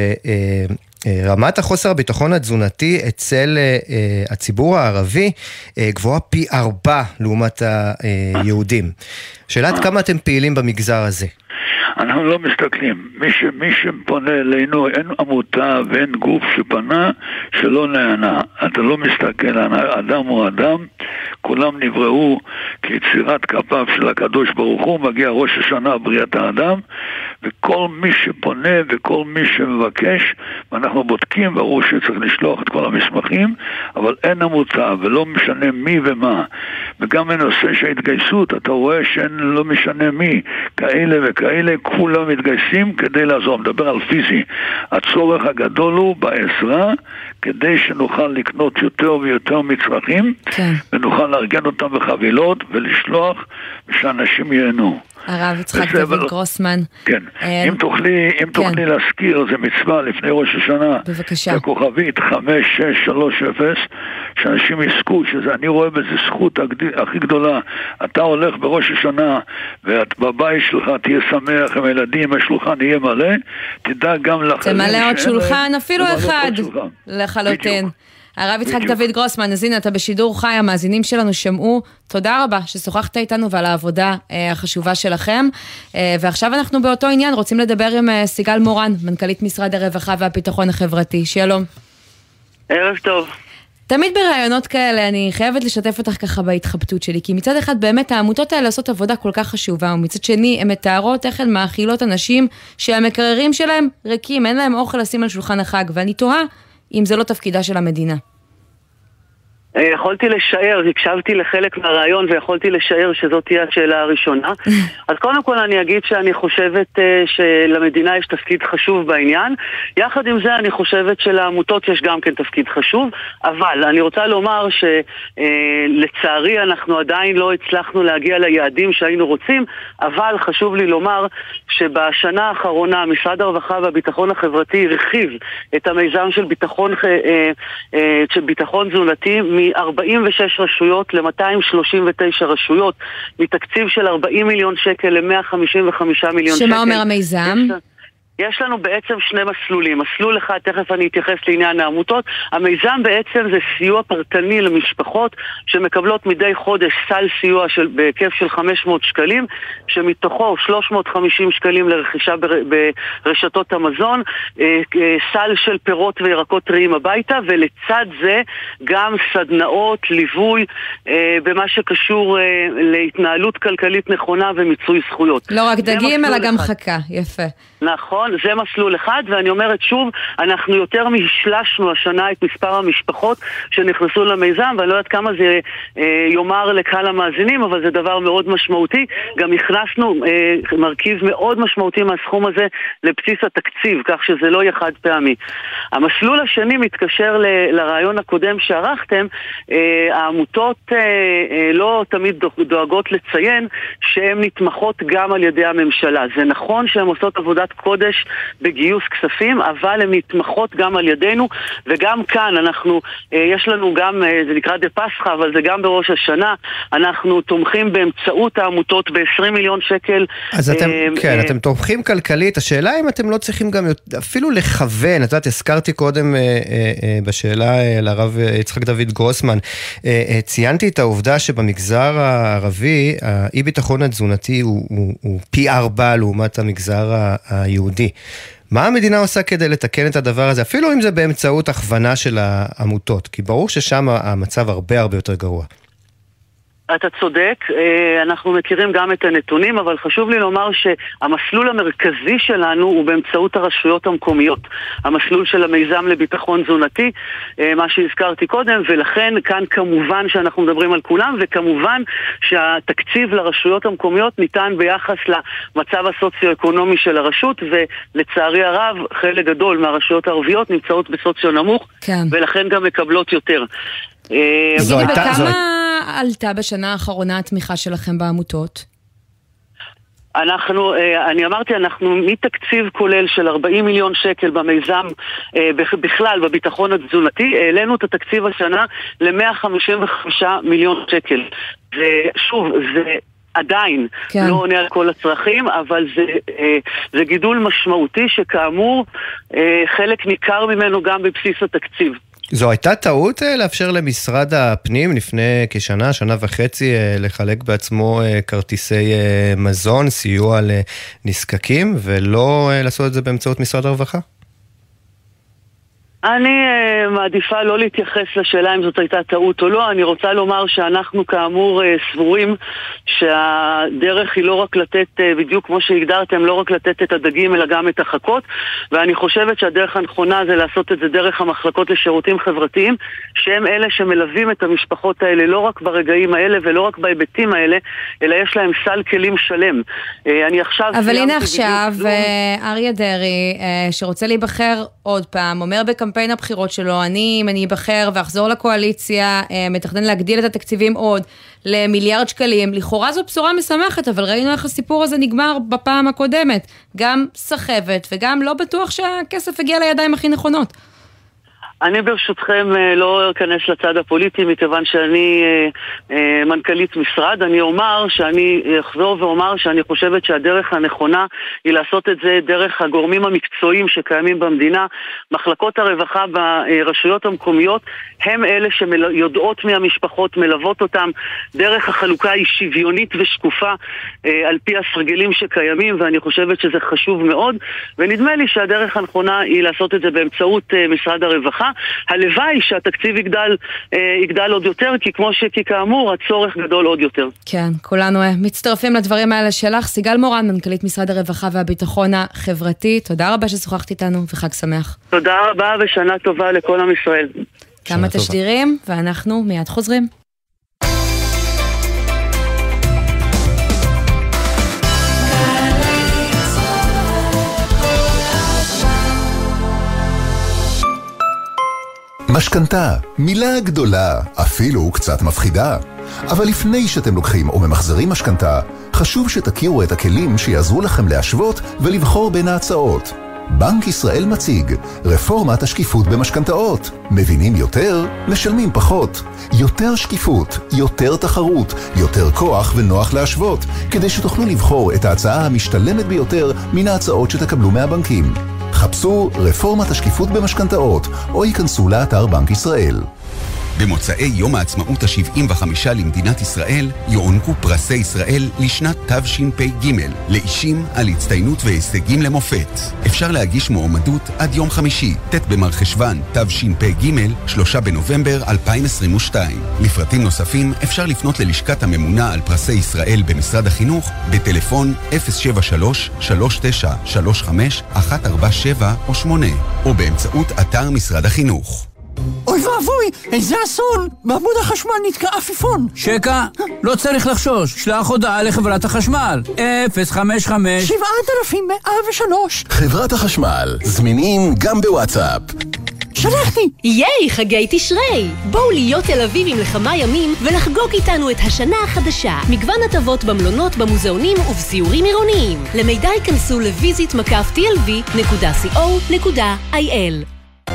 Speaker 2: רמת החוסר הביטחון התזונתי אצל הציבור הערבי גבוהה פי ארבע לעומת היהודים. שאלת כמה אתם פעילים במגזר הזה?
Speaker 6: אנחנו לא מסתכלים. מי, ש, מי שפונה אלינו, אין עמותה ואין גוף שפנה שלא נענה. אתה לא מסתכל על אדם או אדם, כולם נבראו כיצירת כפיו של הקדוש ברוך הוא, מגיע ראש השנה בריאת האדם, וכל מי שפונה וכל מי שמבקש, ואנחנו בודקים, ברור שצריך לשלוח את כל המסמכים, אבל אין עמותה ולא משנה מי ומה. וגם בנושא שההתגייסות, אתה רואה שאין לא משנה מי, כאלה וכאלה, כולם מתגייסים כדי לעזור. מדבר על פיזי. הצורך הגדול הוא בעזרה, כדי שנוכל לקנות יותר ויותר מצרכים, כן. ונוכל לארגן אותם בחבילות ולשלוח, ושאנשים ייהנו.
Speaker 3: הרב יצחק דוד גרוסמן. כן.
Speaker 6: אם תוכלי, אם תוכלי להזכיר, זה מצווה לפני ראש השנה.
Speaker 3: בבקשה.
Speaker 6: הכוכבית חמש שש שלוש אפס, שאנשים יזכו, שזה אני רואה בזה זכות הכי גדולה. אתה הולך בראש השנה, ובבית שלך תהיה שמח עם הילדים, השולחן יהיה מלא, תדע גם לאחרים.
Speaker 3: תמלא עוד שולחן, אפילו אחד, לחלוטין. הרב יצחק דוד גרוסמן, אז הנה, אתה בשידור חי, המאזינים שלנו שמעו, תודה רבה ששוחחת איתנו ועל העבודה אה, החשובה שלכם, אה, ועכשיו אנחנו באותו עניין, רוצים לדבר עם אה, סיגל מורן, מנכ"לית משרד הרווחה והביטחון החברתי. שלום.
Speaker 7: ערב טוב.
Speaker 3: תמיד ברעיונות כאלה אני חייבת לשתף אותך ככה בהתחבטות שלי, כי מצד אחד באמת העמותות האלה עושות עבודה כל כך חשובה, ומצד שני הן מתארות איך הן מאכילות אנשים שהמקררים שלהם ריקים, אין להם אוכל לשים על שולחן החג, ואני תוהה אם זה לא תפקידה של המדינה.
Speaker 7: יכולתי לשער, הקשבתי לחלק מהרעיון ויכולתי לשער שזאת תהיה השאלה הראשונה. אז קודם כל אני אגיד שאני חושבת שלמדינה יש תפקיד חשוב בעניין. יחד עם זה אני חושבת שלעמותות יש גם כן תפקיד חשוב, אבל אני רוצה לומר שלצערי אנחנו עדיין לא הצלחנו להגיע ליעדים שהיינו רוצים, אבל חשוב לי לומר שבשנה האחרונה משרד הרווחה והביטחון החברתי הרחיב את המיזם של ביטחון, של ביטחון תזונתי מ-ארבעים ושש רשויות ל-מאתיים שלושים ותשע רשויות, מתקציב של ארבעים מיליון שקל ל-מאה חמישים וחמישה מיליון שקל.
Speaker 3: שמה אומר המיזם?
Speaker 7: יש לנו בעצם שני מסלולים. מסלול אחד, תכף אני אתייחס לעניין העמותות. המיזם בעצם זה סיוע פרטני למשפחות שמקבלות מדי חודש סל סיוע של, בהיקף של חמש מאות שקלים, שמתוכו שלוש מאות וחמישים שקלים לרכישה בר, ברשתות המזון, סל של פירות וירקות טריים הביתה, ולצד זה גם סדנאות, ליווי, במה שקשור להתנהלות כלכלית נכונה ומיצוי זכויות.
Speaker 3: לא רק דגים, אלא גם חכה. יפה.
Speaker 7: נכון, זה מסלול אחד, ואני אומרת שוב, אנחנו יותר משלשנו השנה את מספר המשפחות שנכנסו למיזם, ואני לא יודעת כמה זה אה, יאמר לקהל המאזינים, אבל זה דבר מאוד משמעותי. גם הכנסנו אה, מרכיב מאוד משמעותי מהסכום הזה לבסיס התקציב, כך שזה לא יהיה חד פעמי. המסלול השני מתקשר ל- לרעיון הקודם שערכתם. אה, העמותות אה, אה, לא תמיד דואגות לציין שהן נתמכות גם על ידי הממשלה. זה נכון שהן עושות עבודת קודש בגיוס כספים, אבל הן נתמכות גם על ידינו, וגם כאן אנחנו, יש לנו גם, זה נקרא דה פסחה, אבל זה גם בראש השנה, אנחנו תומכים באמצעות העמותות ב-עשרים מיליון שקל.
Speaker 2: אז אתם, כן, אתם תומכים כלכלית, השאלה אם אתם לא צריכים גם אפילו לכוון, את יודעת, הזכרתי קודם בשאלה לרב יצחק דוד גרוסמן, ציינתי את העובדה שבמגזר הערבי, האי ביטחון התזונתי הוא, הוא, הוא פי ארבע לעומת המגזר היהודי. מה המדינה עושה כדי לתקן את הדבר הזה, אפילו אם זה באמצעות הכוונה של העמותות? כי ברור ששם המצב הרבה הרבה יותר גרוע.
Speaker 7: אתה צודק, אנחנו מכירים גם את הנתונים, אבל חשוב לי לומר שהמסלול המרכזי שלנו הוא באמצעות הרשויות המקומיות. המסלול של המיזם לביטחון תזונתי, מה שהזכרתי קודם, ולכן כאן כמובן שאנחנו מדברים על כולם, וכמובן שהתקציב לרשויות המקומיות ניתן ביחס למצב הסוציו-אקונומי של הרשות, ולצערי הרב חלק גדול מהרשויות הערביות נמצאות בסוציו נמוך, כן. ולכן גם מקבלות יותר.
Speaker 3: זו הייתה, בכמה זו... עלתה בשנה האחרונה התמיכה שלכם בעמותות?
Speaker 7: אנחנו, אני אמרתי, אנחנו מתקציב כולל של ארבעים מיליון שקל במיזם בכלל, בביטחון התזונתי, העלינו את התקציב השנה ל-מאה חמישים וחמישה מיליון שקל. ושוב, זה עדיין כן. לא עונה על כל הצרכים, אבל זה, זה גידול משמעותי שכאמור חלק ניכר ממנו גם בבסיס התקציב.
Speaker 2: זו הייתה טעות לאפשר למשרד הפנים לפני כשנה, שנה וחצי, לחלק בעצמו כרטיסי מזון, סיוע לנזקקים, ולא לעשות את זה באמצעות משרד הרווחה?
Speaker 7: אני uh, מעדיפה לא להתייחס לשאלה אם זאת הייתה טעות או לא. אני רוצה לומר שאנחנו כאמור uh, סבורים שהדרך היא לא רק לתת, uh, בדיוק כמו שהגדרתם, לא רק לתת את הדגים אלא גם את החכות, ואני חושבת שהדרך הנכונה זה לעשות את זה דרך המחלקות לשירותים חברתיים, שהם אלה שמלווים את המשפחות האלה לא רק ברגעים האלה ולא רק בהיבטים האלה, אלא יש להם סל כלים שלם. Uh, אני עכשיו...
Speaker 3: אבל הנה עכשיו, uh, אריה דרעי, uh, שרוצה להיבחר עוד פעם, אומר בקמפיין בין הבחירות שלו, אני, אם אני אבחר ואחזור לקואליציה, מתכנן להגדיל את התקציבים עוד למיליארד שקלים. לכאורה זו בשורה משמחת, אבל ראינו איך הסיפור הזה נגמר בפעם הקודמת. גם סחבת וגם לא בטוח שהכסף הגיע לידיים הכי נכונות.
Speaker 7: אני ברשותכם לא אכנס לצד הפוליטי, מכיוון שאני מנכ"לית משרד. אני אומר שאני אחזור ואומר שאני חושבת שהדרך הנכונה היא לעשות את זה דרך הגורמים המקצועיים שקיימים במדינה. מחלקות הרווחה ברשויות המקומיות הם אלה שיודעות מהמשפחות, מלוות אותם. דרך החלוקה היא שוויונית ושקופה על פי הסרגלים שקיימים, ואני חושבת שזה חשוב מאוד, ונדמה לי שהדרך הנכונה היא לעשות את זה באמצעות משרד הרווחה. הלוואי שהתקציב יגדל, יגדל עוד יותר, כי כמו שכאמור, הצורך גדול עוד יותר.
Speaker 3: כן, כולנו מצטרפים לדברים האלה שלך. סיגל מורן, מנכ"לית משרד הרווחה והביטחון החברתי, תודה רבה ששוחחת איתנו וחג שמח.
Speaker 7: תודה רבה ושנה טובה לכל עם ישראל.
Speaker 3: כמה תשדירים, ואנחנו מיד חוזרים.
Speaker 8: משכנתה, מילה גדולה, אפילו קצת מפחידה. אבל לפני שאתם לוקחים או ממחזרים משכנתה, חשוב שתכירו את הכלים שיעזרו לכם להשוות ולבחור בין ההצעות. בנק ישראל מציג רפורמת השקיפות במשכנתאות. מבינים יותר, משלמים פחות. יותר שקיפות, יותר תחרות, יותר כוח ונוח להשוות, כדי שתוכלו לבחור את ההצעה המשתלמת ביותר מן ההצעות שתקבלו מהבנקים. חפשו רפורמת השקיפות במשכנתאות, או ייכנסו לאתר בנק ישראל.
Speaker 9: במוצאי יום העצמאות ה-שבעים וחמש למדינת ישראל יוענקו פרסי ישראל לשנת תשפ"ג לאישים על הצטיינות והישגים למופת. אפשר להגיש מועמדות עד יום חמישי, ט' במרחשוון תשפ"ג, שלושה בנובמבר אלפיים עשרים ושתיים. לפרטים נוספים אפשר לפנות ללשכת הממונה על פרסי ישראל במשרד החינוך בטלפון אפס שבע שלוש שלוש תשע שלוש חמש אחת ארבע שבע או שמונה, או באמצעות אתר משרד החינוך.
Speaker 10: אוי ואבוי, איזה אסון! בעמוד החשמל נתקע עפיפון.
Speaker 11: שקע, לא צריך לחשוש, שלח הודעה לחברת החשמל. אפס חמש חמש
Speaker 10: שבעת אלפים מאה ושלוש.
Speaker 8: חברת החשמל, זמינים גם בוואטסאפ.
Speaker 10: שלחתי!
Speaker 12: ייי, חגי תשרי! בואו להיות תל אביבים לכמה ימים ולחגוג איתנו את השנה החדשה. מגוון הטבות במלונות, במוזיאונים ובסיורים עירוניים. למידע ייכנסו לויזית מקף טי אל וי נקודה סי או נקודה איי אל.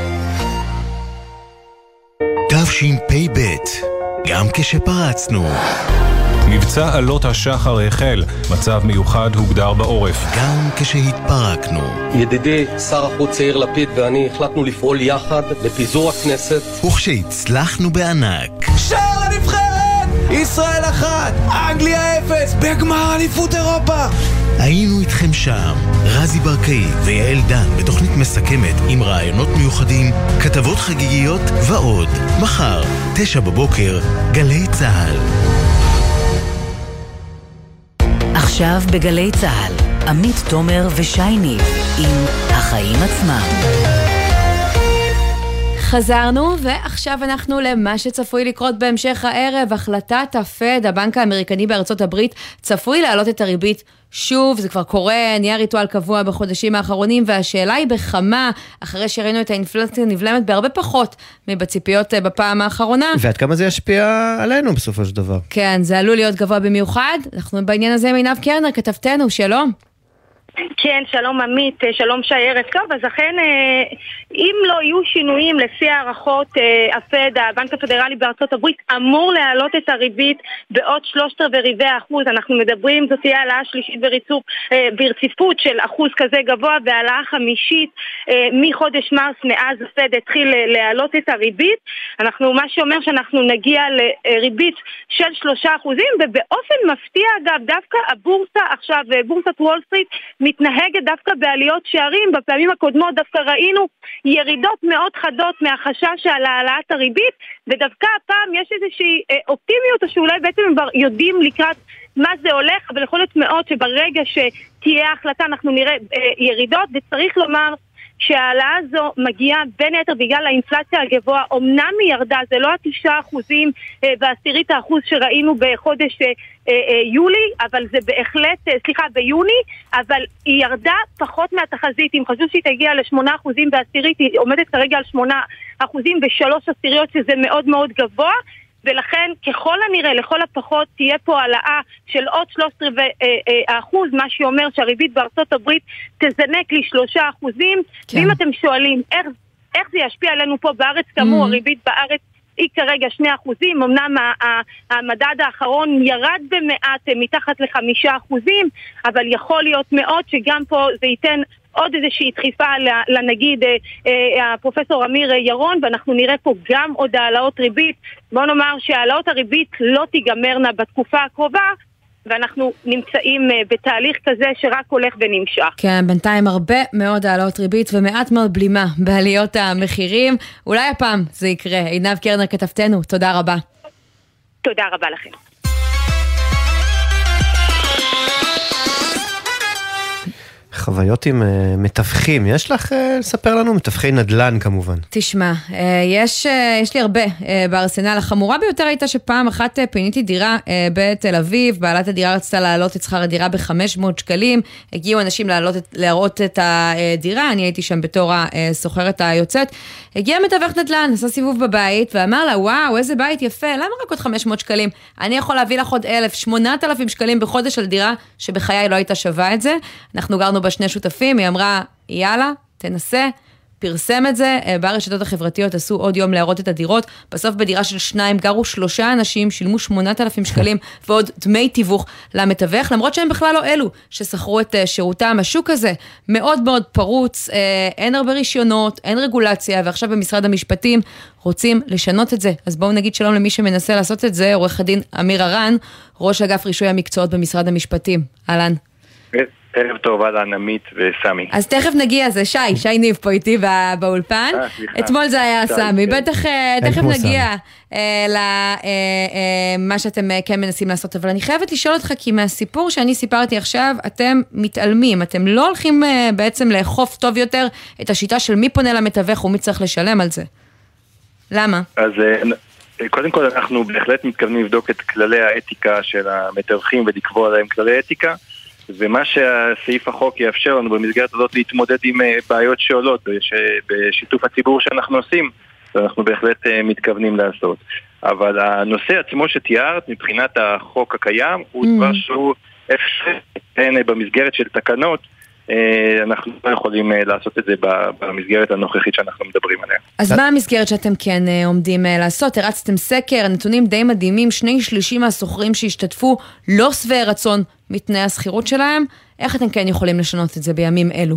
Speaker 13: תשפ"ב, גם כשפרצנו.
Speaker 14: מבצע עלות השחר החל, מצב מיוחד הוגדר בעורף.
Speaker 13: גם כשהתפרקנו.
Speaker 15: ידידי שר החוץ יאיר לפיד ואני החלטנו לפעול יחד לפיזור הכנסת.
Speaker 13: וכשהצלחנו בענק.
Speaker 16: שער הנבחרת! ישראל אחת, אנגליה אפס, בגמר אליפות אירופה!
Speaker 13: היינו איתכם שם, רזי ברקאי ויעל דן בתוכנית מסכמת עם רעיונות מיוחדים, כתבות חגיגיות ועוד. מחר, תשע בבוקר, גלי צהל.
Speaker 1: עכשיו בגלי צהל, עמית תומר ושייני עם החיים עצמם.
Speaker 3: חזרנו, ועכשיו אנחנו למה שצפוי לקרות בהמשך הערב. החלטת הפד, הבנק האמריקני בארצות הברית, צפוי להעלות את הריבית שוב. זה כבר קורה, נהיה ריטואל קבוע בחודשים האחרונים, והשאלה היא בכמה, אחרי שראינו את האינפלציה נבלמת בהרבה פחות מבציפיות בפעם האחרונה.
Speaker 2: ועד כמה זה ישפיע עלינו בסופו של דבר.
Speaker 3: כן, זה עלול להיות גבוה במיוחד. אנחנו בעניין הזה עם עינב קרנר, כתבתנו, שלום.
Speaker 17: כן, שלום עמית, שלום שי, ערב טוב. אז אכן, אם לא יהיו שינויים לפי הערכות, הפד, הבנק הפדרלי בארצות הברית, אמור להעלות את הריבית בעוד שלושת רבעי האחוז. אנחנו מדברים, זאת תהיה העלאה שלישית בריצוף, ברציפות של אחוז כזה גבוה, והעלאה חמישית מחודש מרס מאז הפד התחיל להעלות את הריבית. אנחנו, מה שאומר שאנחנו נגיע לריבית של שלושה אחוזים, ובאופן מפתיע אגב, דווקא הבורסה עכשיו, בורסת וול סטריט, מתנהגת דווקא בעליות שערים. בפעמים הקודמות דווקא ראינו ירידות מאוד חדות מהחשש על העלאת הריבית, ודווקא הפעם יש איזושהי אופטימיות, או שאולי בעצם הם יודעים לקראת מה זה הולך, אבל יכול להיות מאוד שברגע שתהיה ההחלטה אנחנו נראה ירידות, וצריך לומר שהעלאה הזו מגיעה בין היתר בגלל האינפלציה הגבוה. אומנם היא ירדה, זה לא התשעה אחוזים ועשירית האחוז שראינו בחודש יולי, אבל זה בהחלט, סליחה, ביוני, אבל היא ירדה פחות מהתחזית. אם חשוב שהיא תגיע לשמונה אחוזים ועשירית, היא עומדת כרגע על שמונה אחוזים ושלוש עשיריות, שזה מאוד מאוד גבוה, ולכן ככל הנראה, לכל הפחות, תהיה פה העלאה של עוד שלושת רבעי האחוז, מה שאומר שהריבית בארצות הברית תזנק לשלושה אחוזים. כן. ואם אתם שואלים איך, איך זה ישפיע עלינו פה בארץ, כאמור, mm-hmm. הריבית בארץ היא כרגע שני אחוזים, אמנם המדד האחרון ירד במעט מתחת לחמישה אחוזים, אבל יכול להיות מאוד שגם פה זה ייתן עוד איזושהי דחיפה לנגיד הפרופסור אמיר ירון, ואנחנו נראה פה גם עוד העלאות ריבית. בוא נאמר שהעלאות הריבית לא תיגמרנה בתקופה הקרובה, ואנחנו נמצאים בתהליך כזה שרק הולך ונמשך.
Speaker 3: כן, בינתיים הרבה מאוד העלאות ריבית ומעט מאוד בלימה בעליות המחירים. אולי הפעם זה יקרה. עינב קרנר, כתבתנו, תודה רבה.
Speaker 17: תודה רבה לכם.
Speaker 2: חוויות עם מתווכים. יש לך לספר לנו? מתווכי נדל"ן כמובן.
Speaker 3: תשמע, יש, יש לי הרבה בארסנל. החמורה ביותר הייתה שפעם אחת פיניתי דירה בתל אביב, בעלת הדירה רצתה להעלות את שכר הדירה ב-חמש מאות שקלים, הגיעו אנשים להעלות, להראות את הדירה, אני הייתי שם בתור הסוחרת היוצאת, הגיע מתווך נדל"ן, עשה סיבוב בבית, ואמר לה, וואו, איזה בית יפה, למה רק עוד חמש מאות שקלים? אני יכול להביא לך עוד אלף, שמונת אלפים שקלים בחודש על דירה שבחיי לא הייתה שווה את זה. אנחנו גרנו בשני שותפים, היא אמרה, יאללה, תנסה, פרסם את זה, ברשתות החברתיות עשו עוד יום להראות את הדירות, בסוף בדירה של שניים גרו שלושה אנשים, שילמו שמונת אלפים שקלים ועוד דמי תיווך למתווך, למרות שהם בכלל לא אלו ששכרו את שירותם. השוק הזה מאוד מאוד פרוץ, אין הרבה רישיונות, אין רגולציה, ועכשיו במשרד המשפטים רוצים לשנות את זה. אז בואו נגיד שלום למי שמנסה לעשות את זה, עורך הדין אמיר הרן, ראש אגף רישוי המקצועות במשרד המשפטים. אהלן.
Speaker 18: ערב טוב, אהלן, עמית וסמי.
Speaker 3: אז תכף נגיע, זה שי, שי ניב פה איתי באולפן. אתמול זה היה סמי, בטח תכף נגיע למה שאתם כן מנסים לעשות, אבל אני חייבת לשאול אותך, כי מהסיפור שאני סיפרתי עכשיו, אתם מתעלמים, אתם לא הולכים בעצם לאכוף טוב יותר את השיטה של מי פונה למתווך ומי צריך לשלם על זה. למה?
Speaker 18: אז קודם כל אנחנו בהחלט מתכוונים לבדוק את כללי האתיקה של המתווכים ולקבוע להם כללי אתיקה, ומה שהסעיף החוק יאפשר לנו במסגרת הזאת להתמודד עם בעיות שעולות בשיתוף הציבור שאנחנו עושים, ואנחנו בהחלט מתכוונים לעשות. אבל הנושא עצמו שתיארת מבחינת החוק הקיים הוא דבר שהוא אפשר במסגרת של תקנות, אנחנו לא יכולים לעשות את זה במסגרת הנוכחית שאנחנו מדברים עליה.
Speaker 3: אז מה המסגרת שאתם כן עומדים לעשות? הרצתם סקר, נתונים די מדהימים, שני שלישים מהסוחרים שהשתתפו לא שבעי רצון מתנאי הסחירות שלהם. איך אתם כן יכולים לשנות את זה בימים אלו?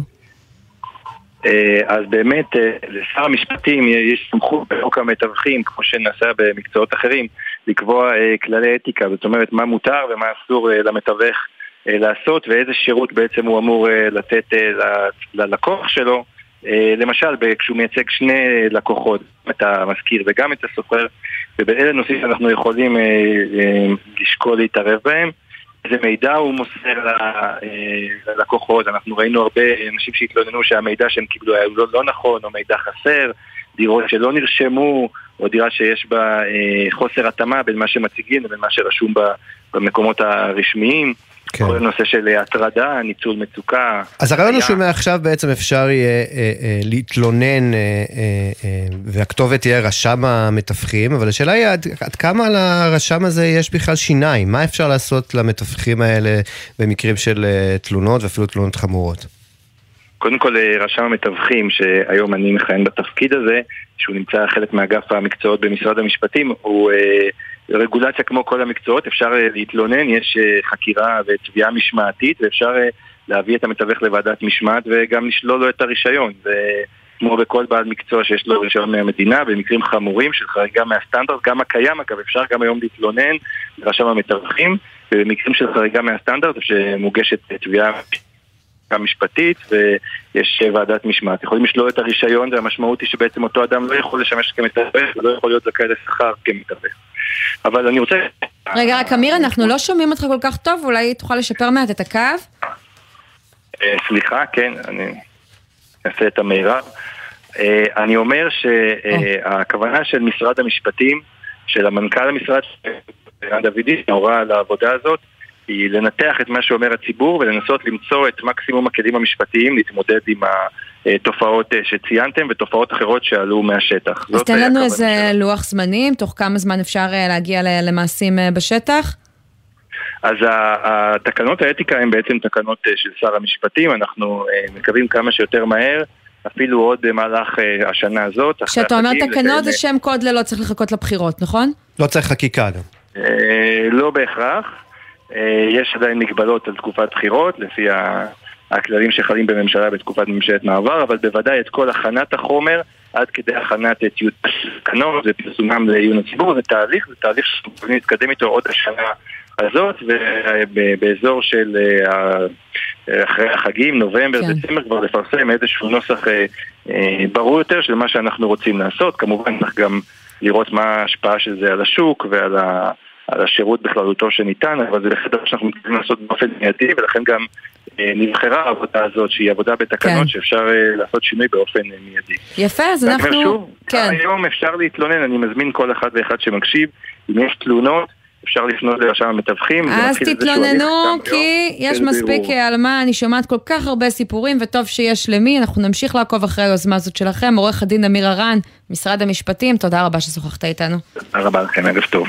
Speaker 18: אז באמת לשר המשפטים יש סמכות בחוק המתווכים, כמו שנעשה במקצועות אחרים, לקבוע כללי אתיקה, זאת אומרת מה מותר ומה אסור למתווך לעשות ואיזה שירות בעצם הוא אמור לתת ללקוח שלו. למשל, כשהוא מייצג שני לקוחות, את המזכיר וגם את הסוחר, ובאלה נושאים שאנחנו יכולים לשקול להתערב בהם. איזה מידע הוא מוסר ללקוחות. אנחנו ראינו הרבה אנשים שהתלוננו שהמידע שהם קיבלו היה לא, לא נכון, או מידע חסר, דירות שלא נרשמו, או דירה שיש בה חוסר התאמה בין מה שמציגים ובין מה שרשום במקומות הרשמיים. כן. כל הנושא של הטרדה, ניצול מצוקה.
Speaker 2: אז הרעיון הוא שמעכשיו בעצם אפשר יהיה אה, אה, להתלונן, אה, אה, והכתובת תהיה רשם המתווכים, אבל השאלה היא עד, עד כמה לרשם הזה יש בכלל שיניים? מה אפשר לעשות למתווכים האלה במקרים של אה, תלונות ואפילו תלונות חמורות?
Speaker 18: קודם כל, רשם המתווכים, שהיום אני מכהן בתפקיד הזה, שהוא נמצא חלק מאגף המקצועות במשרד המשפטים, הוא אה, רגולציה כמו כל המקצועות, אפשר להתלונן, יש חקירה ותביעה משמעתית, ואפשר להביא את המתווך לוועדת משמעת וגם לשלול לו את הרישיון. וכמו בכל בעל מקצוע שיש לו רישיון מהמדינה, במקרים חמורים של חריגה מהסטנדרט, גם הקיים אגב, אפשר גם היום להתלונן לרשם המתווכים, ובמקרים של חריגה מהסטנדרט, שמוגשת תביעה משפטית ויש ועדת משמעת. יכולים לשלול את הרישיון, והמשמעות היא שבעצם אותו אדם לא יכול לשמש כמתווך, ולא יכול להיות זכאי לשכר כמתווך. אבל אני רוצה...
Speaker 3: רגע, רק אמיר, אנחנו לא שומעים אותך כל כך טוב, אולי תוכל לשפר מעט את הקו?
Speaker 18: סליחה, כן, אני אעשה את המהירה. אני אומר שהכוונה של משרד המשפטים, של המנכ"ל המשרד, דוידי, הוראה על העבודה הזאת, היא לנתח את מה שאומר הציבור ולנסות למצוא את מקסימום הכלים המשפטיים להתמודד עם התופעות שציינתם ותופעות אחרות שעלו מהשטח.
Speaker 3: אז תן לנו איזה לוח זמנים, תוך כמה זמן אפשר להגיע למעשים בשטח?
Speaker 18: אז התקנות האתיקה הן בעצם תקנות של שר המשפטים, אנחנו מקווים כמה שיותר מהר, אפילו עוד במהלך השנה הזאת.
Speaker 3: כשאתה אומר תקנות זה שם קוד ללא צריך לחכות לבחירות, נכון?
Speaker 2: לא צריך חקיקה גם.
Speaker 18: לא בהכרח. יש עדיין מגבלות על תקופת בחירות, לפי הכללים שחלים בממשלה בתקופת ממשלת מעבר, אבל בוודאי את כל הכנת החומר, עד כדי הכנת טיוטת תקנות ופרסומם לעיון הציבור, זה תהליך, זה תהליך שאנחנו נתקדם איתו עוד השנה הזאת, ובאזור של אחרי החגים, נובמבר, כן. דצמבר, כבר לפרסם איזשהו נוסח ברור יותר של מה שאנחנו רוצים לעשות. כמובן צריך גם לראות מה ההשפעה של זה על השוק ועל ה... על השירות בכללותו שניתן, אבל זה בהחלט שאנחנו מתכוונים לעשות באופן מיידי, ולכן גם נבחרה העבודה הזאת, שהיא עבודה בתקנות, שאפשר לעשות שינוי באופן מיידי.
Speaker 3: יפה, אז אנחנו...
Speaker 18: היום אפשר להתלונן, אני מזמין כל אחד ואחד שמקשיב, אם יש תלונות, אפשר לפנות לרשם המתווכים.
Speaker 3: אז תתלוננו, כי יש מספיק על מה, אני שומעת כל כך הרבה סיפורים, וטוב שיש למי, אנחנו נמשיך לעקוב אחרי היוזמה הזאת שלכם. עורך הדין אמיר הרן, משרד המשפטים, תודה רבה ששוחחת איתנו.
Speaker 18: תודה רבה לכם, ערב טוב.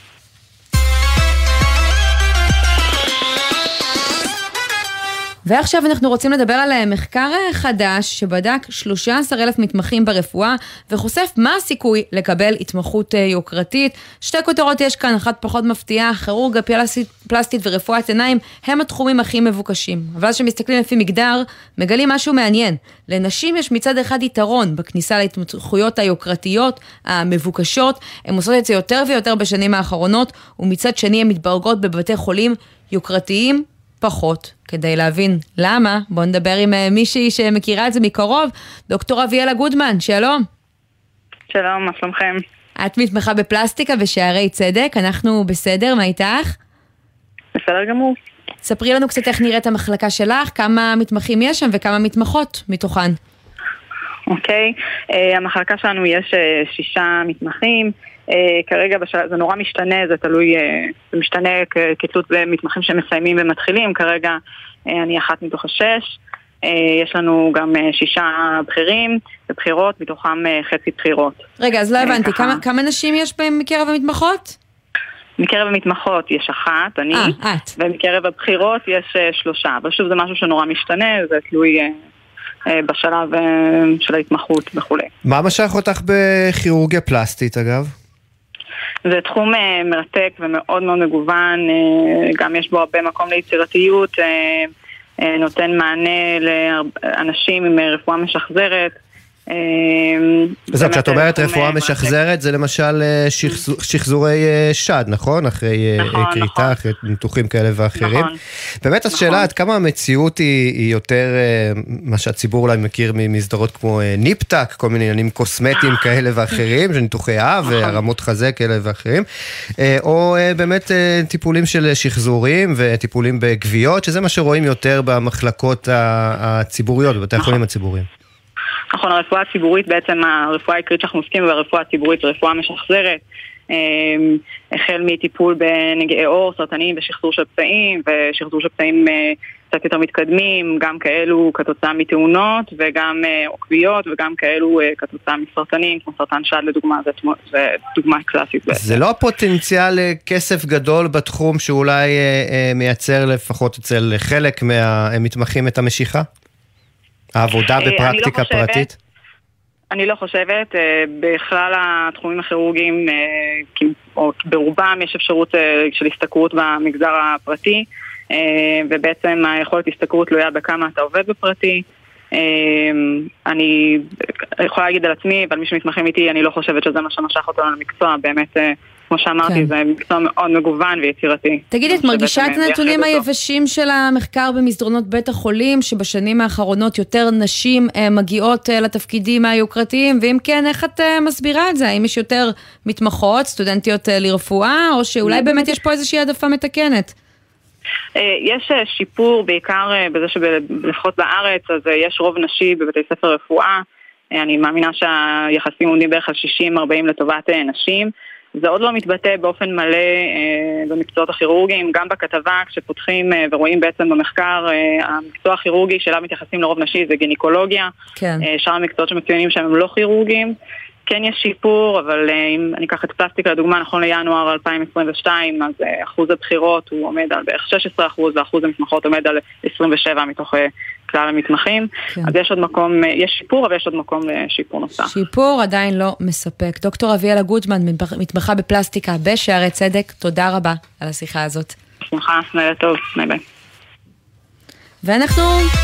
Speaker 3: ועכשיו אנחנו רוצים לדבר על מחקר חדש שבדק שלושה עשר אלף מתמחים ברפואה וחושף מה הסיכוי לקבל התמחות יוקרתית. שתי כותרות יש כאן, אחת פחות מפתיעה, כירורגיה פלסטית ורפואת עיניים הם התחומים הכי מבוקשים. אבל כשמסתכלים לפי מגדר, מגלים משהו מעניין. לנשים יש מצד אחד יתרון בכניסה להתמחויות היוקרתיות המבוקשות, הן עושות את זה יותר ויותר בשנים האחרונות, ומצד שני הן מתברגות בבתי חולים יוקרתיים פחות. כדי להבין למה, בואו נדבר עם מישהי שמכירה את זה מקרוב, דוקטור אביאלה גודמן, שלום.
Speaker 19: שלום, מה שלומכם?
Speaker 3: את מתמחה בפלסטיקה בשערי צדק, אנחנו בסדר, מה איתך?
Speaker 19: בסדר גמור.
Speaker 3: ספרי לנו קצת איך נראית המחלקה שלך, כמה מתמחים יש שם וכמה מתמחות מתוכן.
Speaker 19: אוקיי, uh, המחלקה שלנו יש uh, שישה מתמחים, uh, כרגע בשל... זה נורא משתנה, זה תלוי, uh, זה משתנה כתלות במתמחים שמסיימים ומתחילים, כרגע uh, אני אחת מתוך השש, uh, יש לנו גם uh, שישה בכירים ובחירות, מתוכם uh, חצי בחירות.
Speaker 3: רגע, אז לא הבנתי, uh, כמה, כמה נשים יש בהם מקרב המתמחות?
Speaker 19: מקרב המתמחות יש אחת, אני,
Speaker 3: 아, את.
Speaker 19: ומקרב הבחירות יש uh, שלושה, אבל שוב זה משהו שנורא משתנה, זה תלוי... Uh, בשלב של ההתמחות וכו'.
Speaker 2: מה משך אותך בכירורגיה פלסטית אגב?
Speaker 19: זה תחום מרתק ומאוד מאוד מגוון, גם יש בו הרבה מקום ליצירתיות, נותן מענה לאנשים עם רפואה משחזרת.
Speaker 2: זהו, כשאת אומרת רפואה משחזרת, זה למשל שחזורי שד, נכון? אחרי קריטה, אחרי ניתוחים כאלה ואחרים. באמת השאלה, עד כמה המציאות היא יותר, מה שהציבור אולי מכיר ממסדרות כמו ניפטק, כל מיני עניינים קוסמטיים כאלה ואחרים, של ניתוחי אף והרמות חזה כאלה ואחרים, או באמת טיפולים של שחזורים וטיפולים בגוויות, שזה מה שרואים יותר במחלקות הציבוריות, בבתי החולים הציבוריים.
Speaker 19: נכון, הרפואה הציבורית, בעצם הרפואה העיקרית שאנחנו עוסקים ברפואה הציבורית, רפואה משחזרת, החל מטיפול בנגעי עור, סרטנים ושחזור של פצעים, ושחזור של פצעים קצת יותר מתקדמים, גם כאלו כתוצאה מתאונות, וגם עוקביות, וגם כאלו כתוצאה מסרטנים, כמו סרטן שד לדוגמה, זה דוגמה קלאסית.
Speaker 2: זה לא הפוטנציאל כסף גדול בתחום שאולי מייצר לפחות אצל חלק מהמתמחים את המשיכה? העבודה בפרקטיקה פרטית?
Speaker 19: אני לא חושבת, בכלל התחומים הכירורגיים, או ברובם יש אפשרות של הסתכרות במגזר הפרטי, ובעצם היכולת הסתכרות תלויה בכמה אתה עובד בפרטי. אני יכולה להגיד על עצמי, אבל מי שמתמחים איתי, אני לא חושבת שזה מה שמשך אותו למקצוע, באמת, כמו שאמרתי, זה מקצוע מאוד מגוון ויצירתי.
Speaker 3: תגידי, את מרגישה את הנתונים היבשים של המחקר במסדרונות בית החולים, שבשנים האחרונות יותר נשים מגיעות לתפקידים היוקרתיים, ואם כן, איך את מסבירה את זה? האם יש יותר מתמחות, סטודנטיות לרפואה, או שאולי באמת יש פה איזושהי העדפה מתקנת?
Speaker 19: יש שיפור בעיקר בזה שלפחות בארץ, אז יש רוב נשי בבתי ספר רפואה, אני מאמינה שהיחסים עומדים בערך על שישים ארבעים לטובת נשים, זה עוד לא מתבטא באופן מלא אה, במקצועות הכירורגיים, גם בכתבה כשפותחים אה, ורואים בעצם במחקר, אה, המקצוע הכירורגי שאליו מתייחסים לרוב נשי זה גינקולוגיה,
Speaker 3: כן.
Speaker 19: אה, שאר המקצועות שמצוינים שהם לא כירורגיים, כן יש שיפור, אבל אה, אם אני אקח את פלסטיקה לדוגמה, נכון לינואר אלפיים עשרים ושתיים, אז אה, אחוז הבחירות הוא עומד על בערך שש עשרה אחוז, ואחוז המתמחות עומד על עשרים ושבע מתוך אה, כלל המתמחים, כן. אז יש עוד מקום, יש שיפור, אבל יש עוד מקום לשיפור נוסף.
Speaker 3: שיפור עדיין לא מספק. דוקטור אביאלה גודמן, מתמחה בפלסטיקה בשערי צדק, תודה רבה על השיחה הזאת.
Speaker 19: שמחה, לילה טוב, ביי ביי.
Speaker 3: ואנחנו...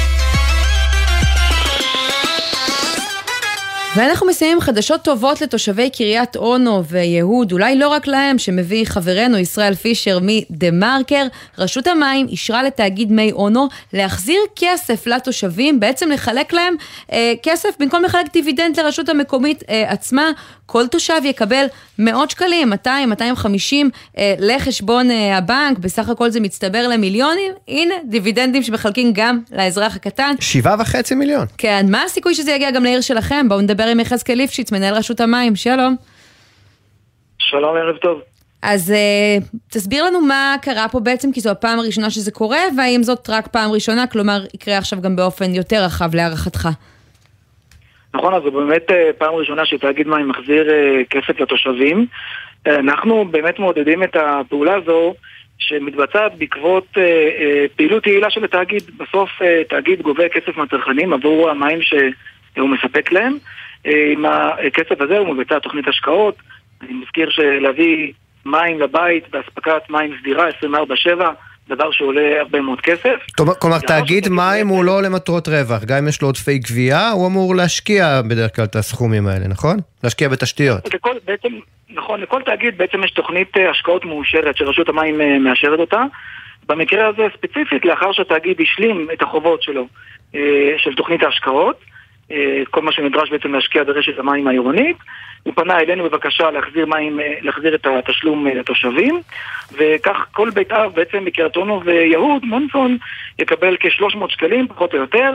Speaker 3: ואנחנו מסיימים חדשות טובות לתושבי קריית אונו ויהוד, אולי לא רק להם, שמביא חברנו ישראל פישר מדה מרקר. רשות המים אישרה לתאגיד מי אונו להחזיר כסף לתושבים, בעצם לחלק להם אה, כסף במקום לחלק דיבידנד לרשות המקומית אה, עצמה. כל תושב יקבל מאות שקלים, מאתיים, מאתיים וחמישים אה, לחשבון אה, הבנק, בסך הכל זה מצטבר למיליונים, הנה דיבידנדים שמחלקים גם לאזרח הקטן.
Speaker 2: שבעה וחצי מיליון.
Speaker 3: כן, מה הסיכוי שזה יגיע גם לעיר שלכם? בואו נדבר עם יחזקאל ליפשיץ, מנהל רשות המים, שלום.
Speaker 20: שלום, ערב טוב.
Speaker 3: אז uh, תסביר לנו מה קרה פה בעצם, כי זו הפעם הראשונה שזה קורה, והאם זאת רק פעם ראשונה, כלומר יקרה עכשיו גם באופן יותר רחב להערכתך.
Speaker 20: נכון, אז זו באמת uh, פעם ראשונה שתאגיד מים מחזיר uh, כסף לתושבים. Uh, אנחנו באמת מעודדים את הפעולה הזו, שמתבצעת בעקבות uh, uh, פעילות יעילה של התאגיד. בסוף uh, תאגיד גובה כסף מהצרכנים עבור המים שהוא מספק להם. Uh, עם הכסף הזה הוא מבצע תוכנית השקעות. אני מזכיר שלהביא מים לבית בהספקת מים סדירה עשרים וארבע שבע, דבר שעולה הרבה מאוד כסף.
Speaker 2: כלומר, תאגיד מים הוא לא למטרות רווח, גם אם יש לו עודפי גבייה, הוא אמור להשקיע בדרך כלל את הסכומים האלה, נכון? להשקיע בתשתיות.
Speaker 20: לכל, בעצם, נכון, לכל תאגיד בעצם יש תוכנית השקעות מאושרת שרשות המים מאשרת אותה. במקרה הזה ספציפית, לאחר שהתאגיד השלים את החובות שלו של תוכנית ההשקעות, כל מה שנדרש בעצם להשקיע ברשת המים העירונית, הוא פנה אלינו בבקשה להחזיר מים, להחזיר את התשלום לתושבים, וכך כל בית אב בעצם בקריית אונו ויהוד, מונסון, יקבל כ-שלוש מאות שקלים, פחות או יותר,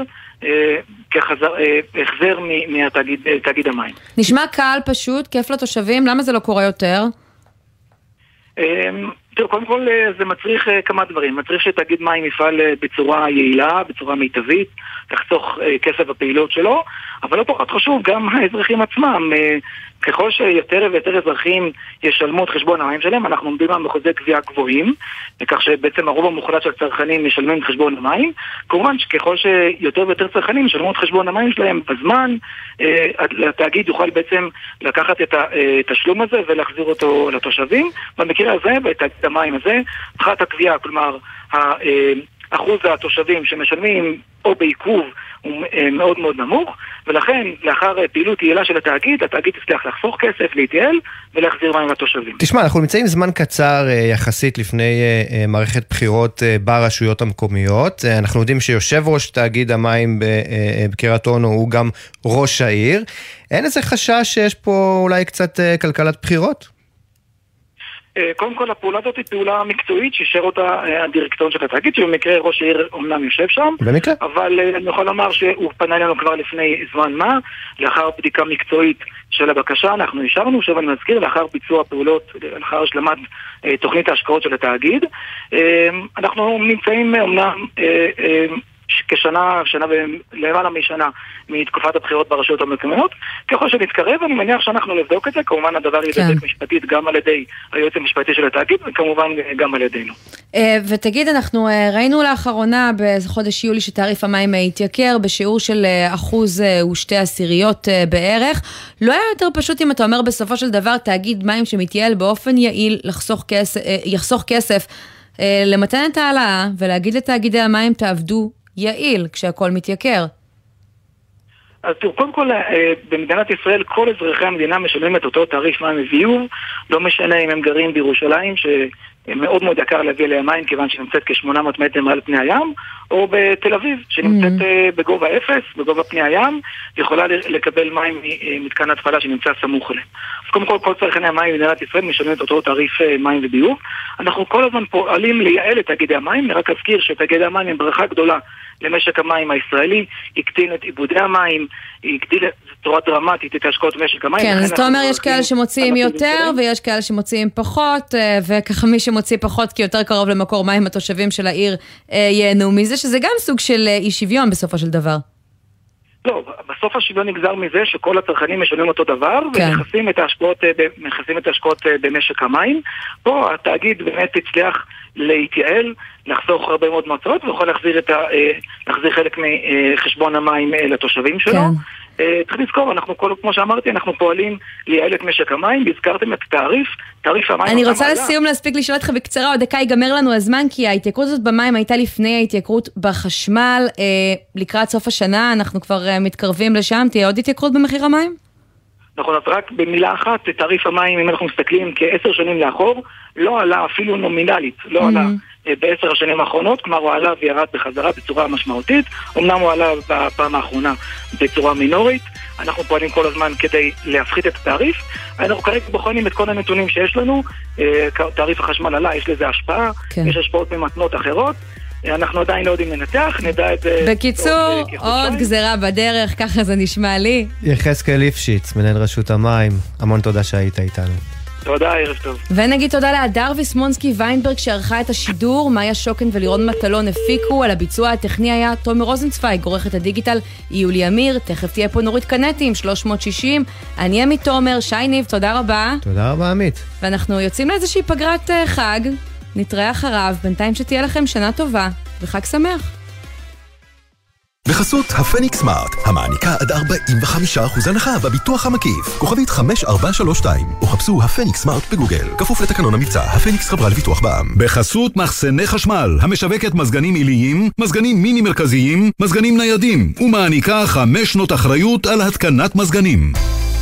Speaker 20: כהחזר מתאגיד המים.
Speaker 3: נשמע קל פשוט, כיף לתושבים, למה זה לא קורה יותר?
Speaker 20: תראו, קודם כל זה מצריך כמה דברים. מצריך שתאגיד מים יפעל בצורה יעילה, בצורה מיטבית, לחסוך כסף בפעילות שלו, אבל לא פחות חשוב, גם האזרחים עצמם, ככל שיותר ויותר אזרחים ישלמו את חשבון המים שלהם, אנחנו עומדים על מחוזי גבייה גבוהים, כך שבעצם הרוב המוחלט של צרכנים ישלמו את חשבון המים. כמובן שככל שיותר ויותר צרכנים ישלמו את חשבון המים שלהם בזמן, התאגיד יוכל בעצם לקחת את התשלום הזה ולהחזיר אותו לתושבים. במקרה הזה, בתאגיד המים הזה, פחת הגבייה, כלומר, אחוז התושבים שמשלמים או בעיכוב הוא מאוד מאוד נמוך, ולכן לאחר פעילות יעילה של התאגיד, התאגיד יצליח לחסוך כסף, להתייעל ולהחזיר מים לתושבים.
Speaker 2: תשמע, אנחנו נמצאים זמן קצר יחסית לפני מערכת בחירות ברשויות המקומיות. אנחנו יודעים שיושב ראש תאגיד המים בקריית אונו הוא גם ראש העיר. אין איזה חשש שיש פה אולי קצת כלכלת בחירות?
Speaker 20: קודם כל, הפעולה הזאת היא פעולה מקצועית שאישר אותה הדירקטוריון של התאגיד, שבמקרה ראש העיר אומנם יושב שם,
Speaker 2: במקרה?
Speaker 20: אבל אני יכול לומר שהוא פנה אלינו כבר לפני זמן מה, לאחר בדיקה מקצועית של הבקשה, אנחנו אישרנו, שוב אני מזכיר, לאחר ביצוע פעולות, לאחר השלמת תוכנית ההשקעות של התאגיד. אנחנו נמצאים אומנם כשנה, שנה ולמעלה משנה מתקופת הבחירות ברשויות המקומיות. ככל שנתקרב, אני מניח שאנחנו לבדוק את זה, כמובן הדבר ייבדק משפטית גם על ידי היועץ המשפטי של התאגיד, וכמובן גם על ידינו.
Speaker 3: ותגיד, אנחנו ראינו לאחרונה בחודש יולי שתעריף המים התייקר בשיעור של אחוז ושתי עשיריות בערך. לא היה יותר פשוט אם אתה אומר בסופו של דבר תאגיד מים שמתייעל באופן יעיל לחסוך כסף, יחסוך כסף, למתן את העלאה ולהגיד לתאגידי המים תעבדו יעיל כשהכל מתייקר.
Speaker 20: אז תראו, קודם כל, במדינת ישראל כל אזרחי המדינה משלמים את אותו תעריף מים וביוב, לא משנה אם הם גרים בירושלים, שמאוד מאוד יקר להביא אליה מים, כיוון שנמצאת כ-שמונה מאות מטר מעל פני הים, או בתל אביב, שנמצאת mm-hmm. בגובה אפס, בגובה פני הים, יכולה לקבל מים מתקן התפלה שנמצא סמוך אליהם. אז קודם כל, כל צרכני המים במדינת ישראל משלמים את אותו תעריף מים וביוב. אנחנו כל הזמן פועלים לייעל את תאגידי המים, נרק אזכיר שתאגידי המים הם ברכה גדולה למשק המים הישראלי, הקטין את עיבודי המים, הגדיל בצורה דרמטית את השקעות משק המים.
Speaker 3: כן, אז אתה אומר, יש כאלה שמוציאים יותר, ויש כאלה שמוציאים פחות, וככה מי שמוציא פחות, כי יותר קרוב למקור מים התושבים של העיר ייהנו מזה, שזה גם סוג של אי שוויון בסופו של דבר.
Speaker 20: לא, בסוף השוויון נגזר מזה שכל הצרכנים משלמים אותו דבר, כן. ומכסים את ההשקעות, מכסים את ההשקעות במשק המים. פה התאגיד באמת הצליח להתייעל, לחסוך הרבה מאוד מצאות, ויכול להחזיר, את ה, להחזיר חלק מחשבון המים לתושבים שלו. כן. צריך לזכור, אנחנו, כמו שאמרתי, אנחנו פועלים לייעל את משק המים, והזכרתם את תעריף, תעריף המים.
Speaker 3: אני רוצה לסיום להספיק לשאול אותך בקצרה, עוד דקה ייגמר לנו הזמן, כי ההתייקרות הזאת במים הייתה לפני ההתייקרות בחשמל, לקראת סוף השנה, אנחנו כבר מתקרבים לשם, תהיה עוד התייקרות במחיר המים?
Speaker 20: נכון, אז רק במילה אחת, תעריף המים, אם אנחנו מסתכלים כעשר שנים לאחור, לא עלה אפילו נומינלית, לא עלה בעשר השנים האחרונות, כלומר הוא עלה וירד בחזרה בצורה משמעותית, אמנם הוא עלה בפעם האחרונה בצורה מינורית, אנחנו פועלים כל הזמן כדי להפחית את התעריף. אנחנו כרגע בוחנים את כל הנתונים שיש לנו, תעריף החשמל עלה, יש לזה השפעה, כן. יש השפעות ממתנות אחרות, אנחנו עדיין לא יודעים לנתח, נדע את זה...
Speaker 3: בקיצור, עוד, עוד גזרה בדרך, ככה זה נשמע לי.
Speaker 2: יחזקאל ליפשיץ, מנהל רשות המים, המון תודה שהיית איתנו.
Speaker 20: תודה, ערב טוב.
Speaker 3: ונגיד תודה להדר ויסמונסקי ויינברג שערכה את השידור, מאיה שוקן ולירון מטלון הפיקו, על הביצוע הטכני היה תומר רוזנצוויג, עורכת הדיגיטל יולי אמיר, תכף תהיה פה נורית קנטי עם שלוש מאות שישים, אני עמית תומר, שי ניב, תודה רבה.
Speaker 2: תודה רבה עמית.
Speaker 3: ואנחנו יוצאים לאיזושהי פגרת חג, נתראה אחריו, בינתיים שתהיה לכם שנה טובה וחג שמח.
Speaker 21: בחסות הפניקס סמארט, המעניקה עד ארבעים וחמישה אחוז הנחה בביטוח המקיף. כוכבית חמש ארבע שלוש שתיים, או חפשו הפניקס סמארט בגוגל. כפוף לתקנון המבצע, הפניקס חברה לביטוח בע"מ.
Speaker 22: בחסות מחסני חשמל, המשווקת מזגנים עיליים, מזגנים מיני מרכזיים, מזגנים ניידים, ומעניקה חמש שנות אחריות על התקנת מזגנים.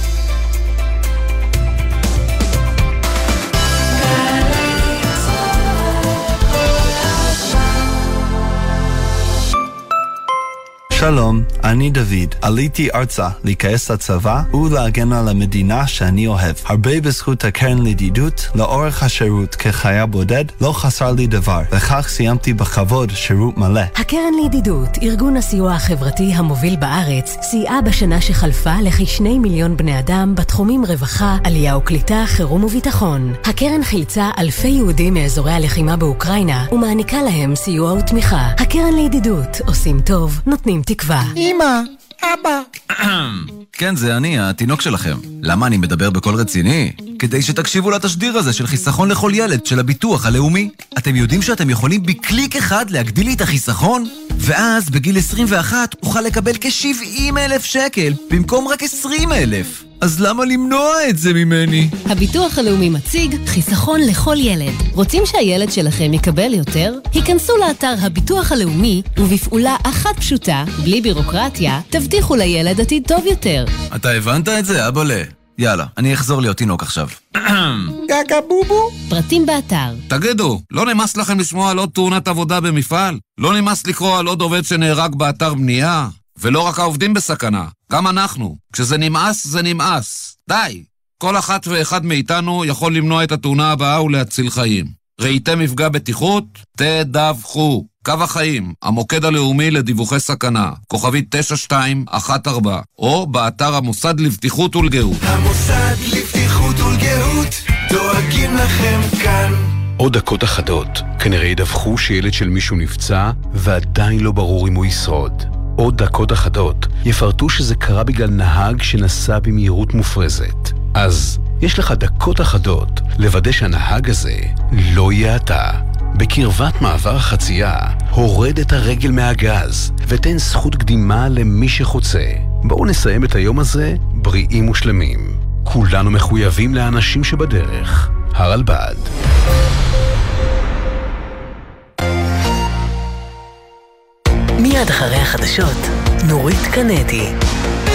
Speaker 23: שלום, אני דוד. עליתי ארצה להיכנס לצבא ולהגן על המדינה שאני אוהב. הרבה בזכות הקרן לידידות, לאורך השירות כחייל בודד לא חסר לי דבר, וכך סיימתי בכבוד שירות מלא.
Speaker 12: הקרן לידידות, ארגון הסיוע החברתי המוביל בארץ, סייעה בשנה שחלפה לכשני מיליון בני אדם בתחומים רווחה, עלייה וקליטה, חירום וביטחון. הקרן חילצה אלפי יהודים מאזורי הלחימה באוקראינה ומעניקה להם סיוע ותמיכה. הקרן לידידות, עושים טוב, נותנים תקווה.
Speaker 24: אמא, אבא.
Speaker 25: כן, זה אני, התינוק שלכם. למה אני מדבר בקול רציני? כדי שתקשיבו לתשדיר הזה של חיסכון לכל ילד של הביטוח הלאומי. אתם יודעים שאתם יכולים בקליק אחד להגדיל לי את החיסכון? ואז בגיל עשרים ואחת אוכל לקבל כ-שבעים אלף שקל במקום רק עשרים אלף. אז למה למנוע את זה ממני?
Speaker 12: הביטוח הלאומי מציג חיסכון לכל ילד. רוצים שהילד שלכם יקבל יותר? היכנסו לאתר הביטוח הלאומי ובפעולה אחת פשוטה, בלי בירוקרטיה, תבטיחו לילד עתיד טוב יותר.
Speaker 25: אתה הבנת את זה, אבאלה? יאללה, אני אחזור להיות תינוק עכשיו.
Speaker 24: גגה בובו.
Speaker 12: פרטים באתר.
Speaker 26: תגידו, לא נמאס לכם לשמוע על עוד תאונת עבודה במפעל? לא נמאס לקרוא על עוד עובד שנהרג באתר בנייה? ולא רק העובדים בסכנה, גם אנחנו. כשזה נמאס, זה נמאס. די. כל אחת ואחד מאיתנו יכול למנוע את התאונה הבאה ולהציל חיים. ראיתם מפגע בטיחות? תדווחו. קו החיים, המוקד הלאומי לדיווחי סכנה, כוכבית תשע שתיים אחת ארבע, או באתר המוסד לבטיחות ולגהות.
Speaker 27: המוסד לבטיחות ולגהות, דואגים לכם כאן.
Speaker 28: עוד דקות אחדות, כנראה ידווחו שילד של מישהו נפצע, ועדיין לא ברור אם הוא ישרוד. עוד דקות אחדות יפרטו שזה קרה בגלל נהג שנסע במהירות מופרזת. אז יש לך דקות אחדות לוודא שהנהג הזה לא יהיה אתה. בקרבת מעבר החצייה, הורד את הרגל מהגז ותן זכות קדימה למי שחוצה. בואו נסיים את היום הזה בריאים ושלמים. כולנו מחויבים לאנשים שבדרך. הרלב"ד.
Speaker 1: מיד אחרי החדשות, נורית קנטי.